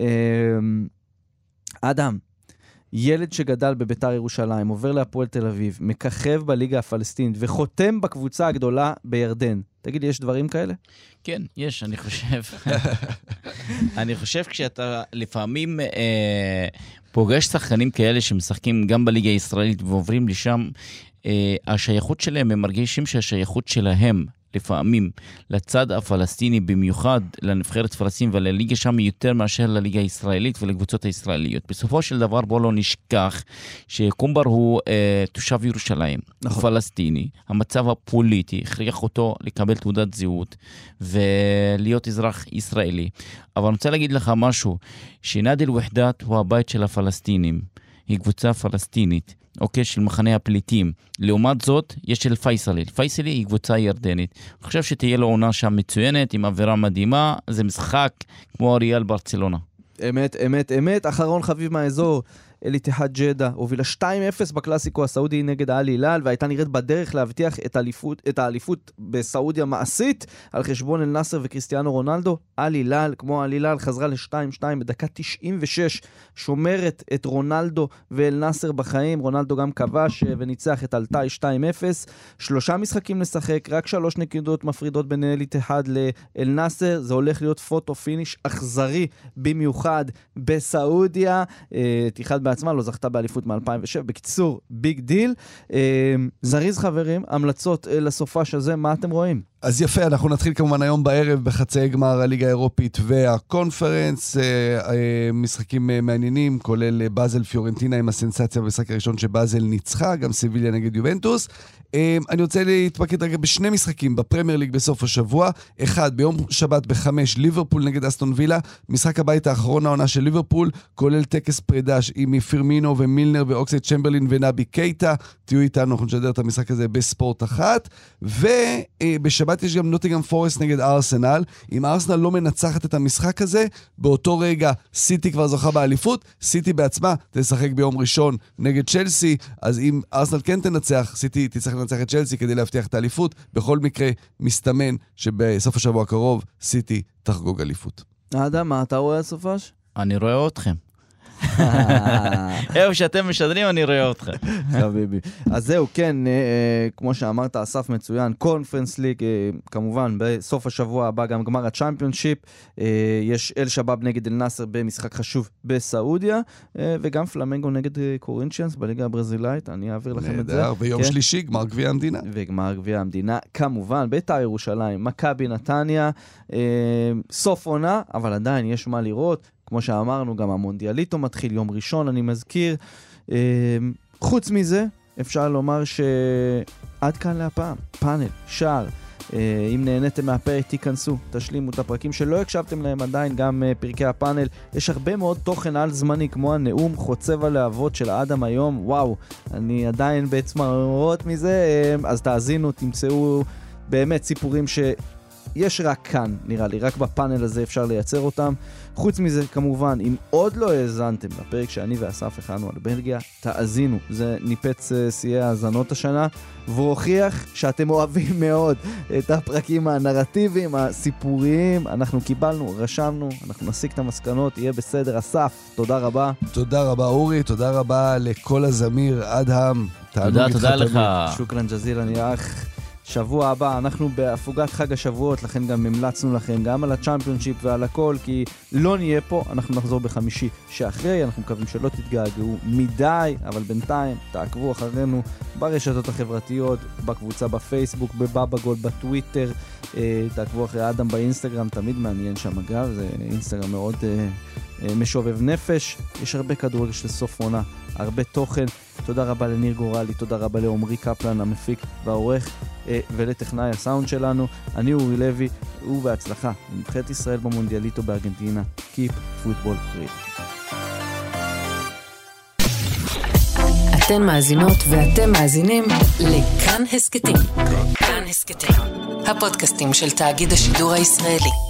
Speaker 4: אדם, ילד שגדל בביתר ירושלים, עובר להפועל תל אביב, מככב בליגה הפלסטינית וחותם בקבוצה הגדולה בירדן. תגיד, יש דברים כאלה?
Speaker 6: כן, יש, אני חושב. אני חושב כשאתה לפעמים אה, פוגש שחקנים כאלה שמשחקים גם בליגה הישראלית ועוברים לשם, אה, השייכות שלהם, הם מרגישים שהשייכות שלהם לפעמים לצד הפלסטיני, במיוחד לנבחרת פלסטין ולליגה שם יותר מאשר לליגה הישראלית ולקבוצות הישראליות. בסופו של דבר בוא לא נשכח שקומבר הוא אה, תושב ירושלים, נכון. פלסטיני. המצב הפוליטי הכריח אותו לקבל תעודת זהות ולהיות אזרח ישראלי. אבל אני רוצה להגיד לך משהו, שנאדי אל-וחדת הוא הבית של הפלסטינים, היא קבוצה פלסטינית. אוקיי, של מחנה הפליטים. לעומת זאת, יש של פייסלי. פייסלי היא קבוצה ירדנית. אני חושב שתהיה לו עונה שם מצוינת, עם עבירה מדהימה. זה משחק כמו אריאל ברצלונה.
Speaker 4: אמת, אמת, אמת. אחרון חביב מהאזור, אל-איתיחאד ג'דה, הובילה שתיים אפס בקלאסיקו הסעודי נגד אל הילל, והייתה נראית בדרך להבטיח את האליפות, את האליפות בסעודיה מעשית, על חשבון אל-נאסר וקריסטיאנו רונלדו. אל הילל, כמו אל הילל, חזרה ל-שתיים שתיים בדקה תשעים ושש, שומרת את רונלדו ואל-נאסר בחיים. רונלדו גם כבש וניצח את אלטאי שתיים אפס. שלושה משחקים לשחק, רק שלוש נקודות מפרידות בין אל-איתיחאד לאל-נאסר. זה הולך להיות פוטו פיניש אכזרי במיוחד בסעודיה. איתיחאד בעצמה לא זכתה באליפות מ-אלפיים ושבע. בקיצור, ביג דיל. זריז חברים, המלצות לסופש הזה, מה אתם רואים?
Speaker 5: אז יפה, אנחנו נתחיל כמובן היום בערב בחצי גמר הליגה האירופית והקונפרנס, משחקים מעניינים, כולל באזל פיורנטינה עם הסנסציה במשחק הראשון שבאזל ניצחה, גם סביליה נגד יובנטוס. אני רוצה להתמקד רגע בשני משחקים בפרמייר ליג בסוף השבוע. אחד, ביום שבת בחמש, ליברפול נגד אסטון וילה, משחק הבית האחרון העונה של ליברפול, כולל טקס פרידה עם פירמינו ומילנר ואוקסייד צ'מברלין ונאבי קייטה. תהיו איתנו, אנחנו נשדר את המשחק הזה בספורט אחת. ובשבת יש גם נוטינגהאם פורסט נגד ארסנל. אם ארסנל לא מנצחת את המשחק הזה, באותו רגע סיטי כבר זוכה באליפות, סיטי בעצמה תשחק ביום ראשון נגד צ'לסי, אז אם ארסנל כן תנצח, סיטי תצטרך לנצח את צ'לסי כדי להבטיח את האליפות. בכל מקרה, מסתמן שבסוף השבוע הקרוב סיטי תחגוג אליפות.
Speaker 4: אדם, מה אתה רואה הסופש?
Speaker 6: אני רואה אתכם. איפה שאתם משדרים, אני רואה אתכם.
Speaker 4: חביבי. אז זהו, כן, כמו שאמרת, אסף מצוין, קונפרנס ליג, כמובן, בסוף השבוע הבא גם גמר הצ'אמפיונשיפ, יש אל שבאב נגד אל נאסר במשחק חשוב בסעודיה, וגם פלמנגו נגד קורינצ'יאנס בליגה הברזילאית, אני אעביר לכם את זה.
Speaker 5: ביום שלישי, גמר גביע המדינה.
Speaker 4: וגמר גביע המדינה, כמובן, בית"ר ירושלים, מכבי נתניה, סוף עונה, אבל עדיין יש מה לראות. כמו שאמרנו, גם המונדיאליטו מתחיל יום ראשון, אני מזכיר. חוץ מזה, אפשר לומר שעד כאן להפעם, פאנל, שער. אם נהניתם מהפרק, תיכנסו, תשלימו את הפרקים שלא הקשבתם להם עדיין, גם פרקי הפאנל. יש הרבה מאוד תוכן על זמני, כמו הנאום חוצב הלהבות של אדם היום. וואו, אני עדיין בצמרמורות מזה, אז תאזינו, תמצאו באמת סיפורים ש... יש רק כאן, נראה לי, רק בפאנל הזה אפשר לייצר אותם. חוץ מזה, כמובן, אם עוד לא האזנתם לפרק שאני ואסף הכנו על בלגיה, תאזינו, זה ניפץ שיאי האזנות השנה, והוכיח שאתם אוהבים מאוד את הפרקים הנרטיביים, הסיפוריים. אנחנו קיבלנו, רשמנו, אנחנו נסיק את המסקנות, יהיה בסדר. אסף, תודה רבה.
Speaker 5: תודה רבה אורי, תודה רבה לכל הזמיר, אדהם.
Speaker 6: תודה, תודה לך.
Speaker 4: שוקרן ג'זילן, יא אח. שבוע הבא, אנחנו בהפוגת חג השבועות, לכן גם המלצנו לכם גם על הצ'אמפיונשיפ ועל הכל, כי לא נהיה פה, אנחנו נחזור בחמישי שאחרי, אנחנו מקווים שלא תתגעגעו מדי, אבל בינתיים תעקבו אחרינו ברשתות החברתיות, בקבוצה בפייסבוק, בבאבגול, בטוויטר, תעקבו אחרי אדם באינסטגרם, תמיד מעניין שם אגב, זה אינסטגרם מאוד משובב נפש, יש הרבה כדורגל של סוף עונה, הרבה תוכן. תודה רבה לניר גורלי, תודה רבה לעומרי קפלן, המפיק והעורך, ולטכנאי הסאונד שלנו. אני אורי לוי, ובהצלחה נבחרת ישראל במונדיאליטו בארגנטינה. Keep football free.
Speaker 1: אתן מאזינות ואתם מאזינים לכאן הסקטים. כאן הסקטים, הפודקאסטים של תאגיד השידור הישראלי.